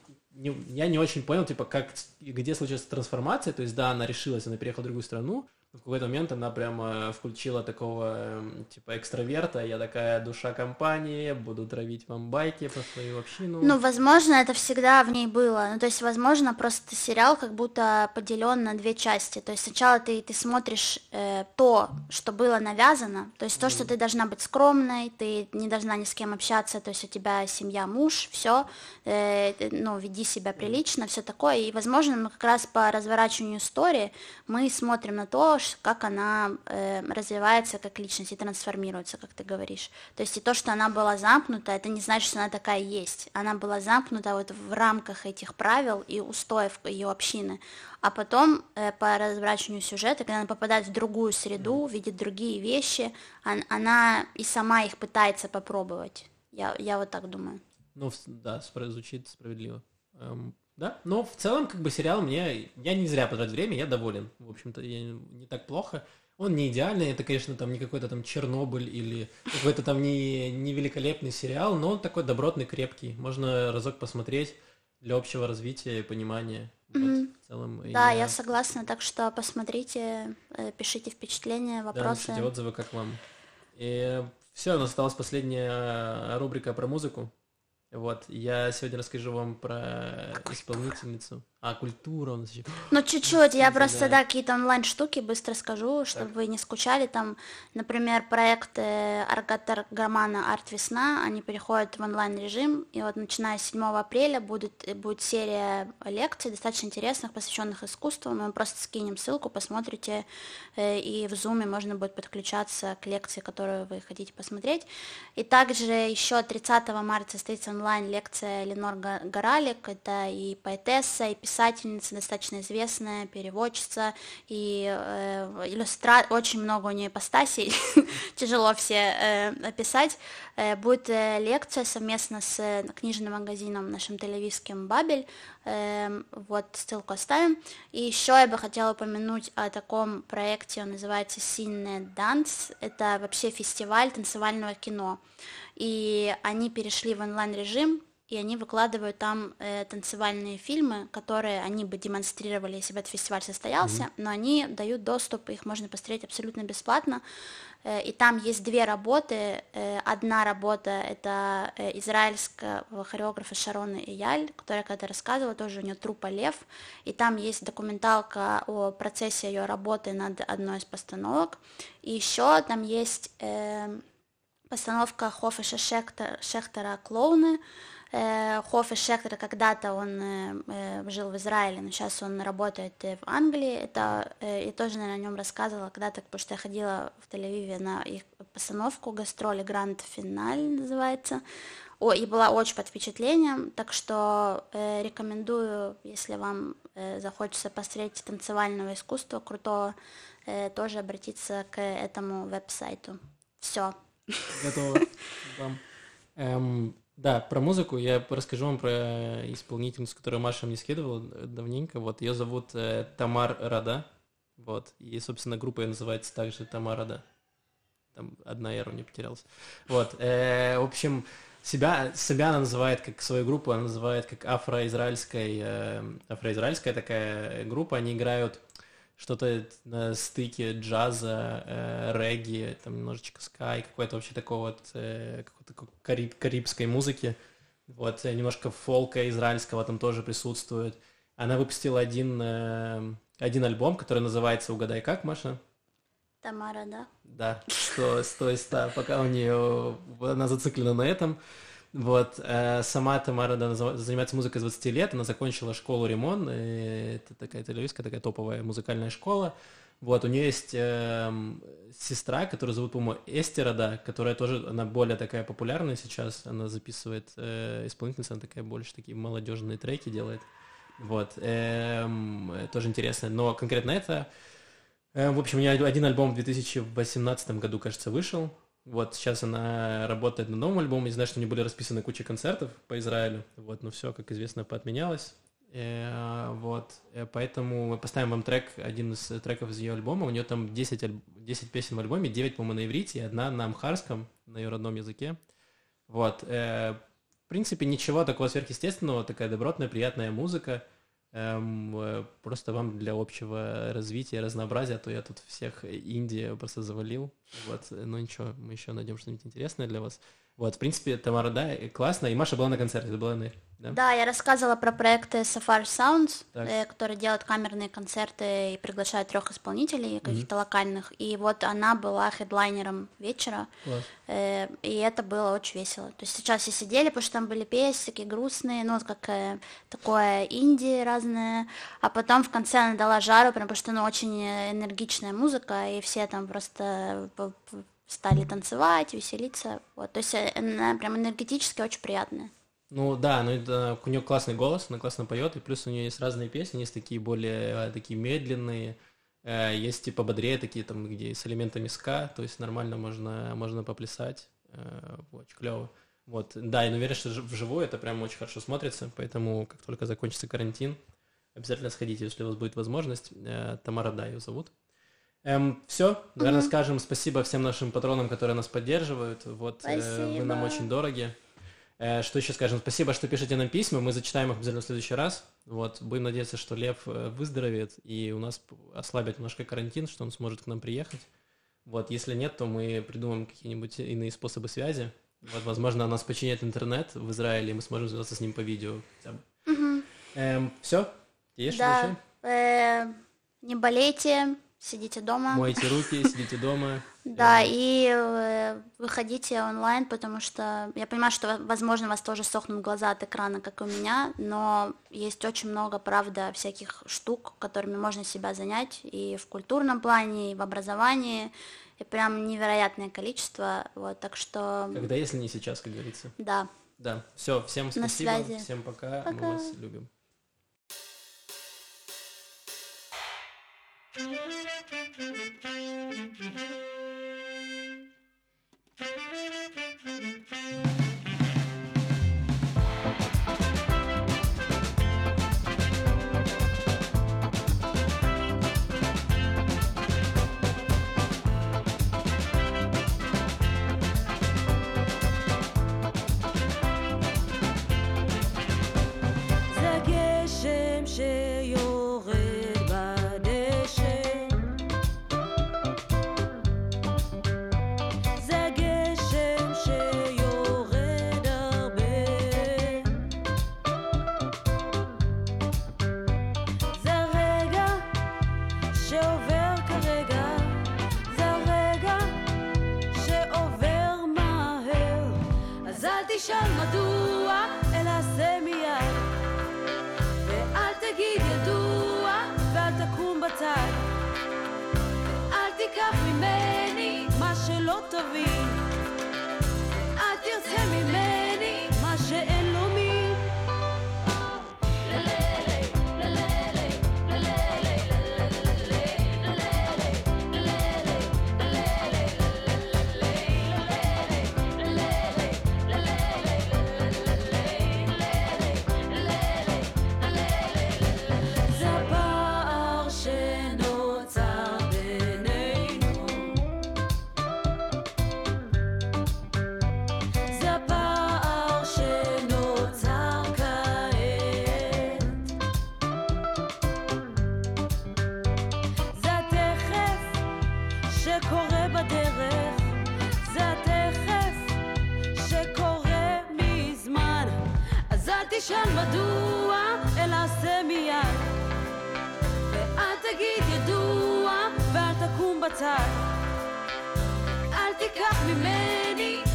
Я не очень понял, типа, где случилась трансформация, то есть, да, она решилась, она переехала в другую страну, но в какой-то момент она прям включила такого, типа, экстраверта, я такая душа компании, буду травить вам байки про свою общину. Ну, возможно, это всегда в ней было, то есть, возможно, просто сериал как будто поделен на две части, то есть, сначала ты смотришь то, что было навязано, то есть, то, что ты должна быть скромной, ты не должна ни с кем общаться, то есть, у тебя семья, муж, все, веди себя прилично, все такое, и, возможно, как раз по разворачиванию истории мы смотрим на то, как она развивается как личность и трансформируется, как ты говоришь. То есть и то, что она была замкнута, это не значит, что она такая есть. Она была замкнута вот в рамках этих правил и устоев ее общины. А потом по разворачиванию сюжета, когда она попадает в другую среду, видит другие вещи, она и сама их пытается попробовать. Я вот так думаю. Ну, да, звучит справедливо. Да, но в целом, как бы, сериал я не зря потратил время, я доволен, в общем-то, не так плохо. Он не идеальный, это, конечно, там не какой-то там Чернобыль или какой-то там не великолепный сериал, но он такой добротный, крепкий, можно разок посмотреть для общего развития и понимания. Вот, в целом, да, я согласна, так что посмотрите, пишите впечатления, вопросы. Да, напишите отзывы, как вам. И все, у нас осталась последняя рубрика про музыку. Вот, я сегодня расскажу вам про исполнительницу. Культура у нас еще. Ну, чуть-чуть, я просто, какие-то онлайн-штуки быстро скажу, чтобы вы не скучали. Там, например, проект Аргатар Гармана «Арт Весна», они переходят в онлайн-режим, и вот начиная с 7 апреля будет серия лекций, достаточно интересных, посвященных искусству. Мы вам просто скинем ссылку, посмотрите, и в Zoom можно будет подключаться к лекции, которую вы хотите посмотреть. И также еще 30 марта состоится онлайн-лекция Ленор Горалик. Это и поэтесса, и писательница, достаточно известная, переводчица, и очень много у нее ипостасей, тяжело все описать. Будет лекция совместно с книжным магазином нашим тель-авивским «Бабель». Вот, ссылку оставим. И еще я бы хотела упомянуть о таком проекте, он называется Cine Dance. Это вообще фестиваль танцевального кино. И они перешли в онлайн-режим, и они выкладывают там танцевальные фильмы, которые они бы демонстрировали, если бы этот фестиваль состоялся, но они дают доступ, их можно посмотреть абсолютно бесплатно. И там есть две работы. Одна работа — это израильского хореографа Шарона Эяль, которая когда-то рассказывала, тоже у нее труппа «Лев», и там есть документалка о процессе ее работы над одной из постановок. И еще там есть постановка Хофеша Шехтера «Клоуны». Хофеш Шехтер когда-то он жил в Израиле, но сейчас он работает в Англии. Это я тоже, наверное, о нем рассказывала когда-то, потому что я ходила в Тель-Авиве на их постановку гастроли «Гранд Финаль» называется. И была очень под впечатлением, так что рекомендую, если вам захочется посмотреть танцевального искусства крутого, тоже обратиться к этому веб-сайту. Все. Готово. Да, про музыку я расскажу вам про исполнительницу, которую Маша мне скидывала давненько. Вот, ее зовут Тамар Рада. Вот, и, собственно, группа ее называется также Тамар Рада. Там одна R у нее потерялась. Вот, в общем, себя она называет, как свою группу, она называет как афроизраильская такая группа. Они играют что-то на стыке джаза, регги, там немножечко скай, какой-то вообще такой вот какой-то карибской музыки. Вот, немножко фолка израильского там тоже присутствует. Она выпустила один альбом, который называется «Угадай как», Маша? Тамара, да? Да, 100 из 100, пока она зациклена на этом. Вот, сама Тамара занимается музыкой с 20 лет, она закончила школу Римон, это такая тель-авивская, такая топовая музыкальная школа. Вот, у нее есть сестра, которую зовут, по-моему, Эсти Рада, которая тоже, она более такая популярная сейчас, она записывает исполнительница, она такая больше такие молодежные треки делает. Вот, тоже интересно, но конкретно это... В общем, у нее один альбом в 2018 году, кажется, вышел. Вот, сейчас она работает над новым альбомом. Я знаю, что у нее были расписаны куча концертов по Израилю. Вот, но все, как известно, поотменялось. Вот, поэтому мы поставим вам трек, один из треков из ее альбома. У нее там 10 песен в альбоме, 9, по-моему, на иврите, и одна на амхарском, на ее родном языке. Вот, в принципе, ничего такого сверхъестественного, такая добротная, приятная музыка. Просто вам для общего развития, разнообразия, а то я тут всех инди просто завалил. Вот, но ничего, мы еще найдем что-нибудь интересное для вас. Вот, в принципе, Тамара, да, классно. И Маша была на концерте, это была Нель, да? Да, я рассказывала про проекты Safari Sounds, которые делают камерные концерты и приглашают 3 исполнителей, каких-то локальных. И вот она была хедлайнером вечера. Класс. И это было очень весело. То есть сейчас все сидели, потому что там были песни такие грустные, ну, вот как такое инди разное. А потом в конце она дала жару, потому что, ну, очень энергичная музыка, и все там просто стали танцевать, веселиться. Вот. То есть она прям энергетически очень приятная. Ну да, у нее классный голос, она классно поет, и плюс у нее есть разные песни, есть такие более такие медленные, есть типа бодрее такие там, где с элементами ска, то есть нормально можно поплясать, очень клево. Вот, да, я уверен, что вживую это прям очень хорошо смотрится, поэтому как только закончится карантин, обязательно сходите, если у вас будет возможность. Тамара, да, ее зовут. Все, наверное, скажем спасибо всем нашим патронам, которые нас поддерживают. Вот, вы нам очень дороги. Что еще скажем? Спасибо, что пишете нам письма, мы зачитаем их обязательно в следующий раз. Вот, будем надеяться, что Лев выздоровеет и у нас ослабит немножко карантин, что он сможет к нам приехать. Вот, если нет, то мы придумаем какие-нибудь иные способы связи. Вот, возможно, у нас починят интернет в Израиле, и мы сможем связаться с ним по видео хотя бы. Все? Есть что еще? Не болейте. Сидите дома. Мойте руки, сидите дома. Да, и выходите онлайн, потому что я понимаю, что, возможно, у вас тоже сохнут глаза от экрана, как и у меня, но есть очень много, правда, всяких штук, которыми можно себя занять и в культурном плане, и в образовании, и прям невероятное количество, вот, так что... Когда, если не сейчас, как говорится. Да, Да, все, всем спасибо, связи. всем пока, Пока. мы вас любим. זה גשם שיורד בדשא, זה גשם שיורד הרבה, זה רגע שעובר כרגע, זה רגע שעובר מהר, אז אל תשאל מדוע, אלא עשה מיד, ואל תגיד ידוע, ואל תקום בצד, ואל תיקח ממני מה שלא תביא, ואל תרצה ממני מה שאין לו מי. זה הפער שנוצר בינינו, זה הפער שנוצר כעת, זה התכף שקורה בדרך, זה התכף שקורה מזמן, אז אל תשאל מדוע, אלא עשה מיד, ואל תגיד ידוע, ואל תקום בצד, אל תיקח ממני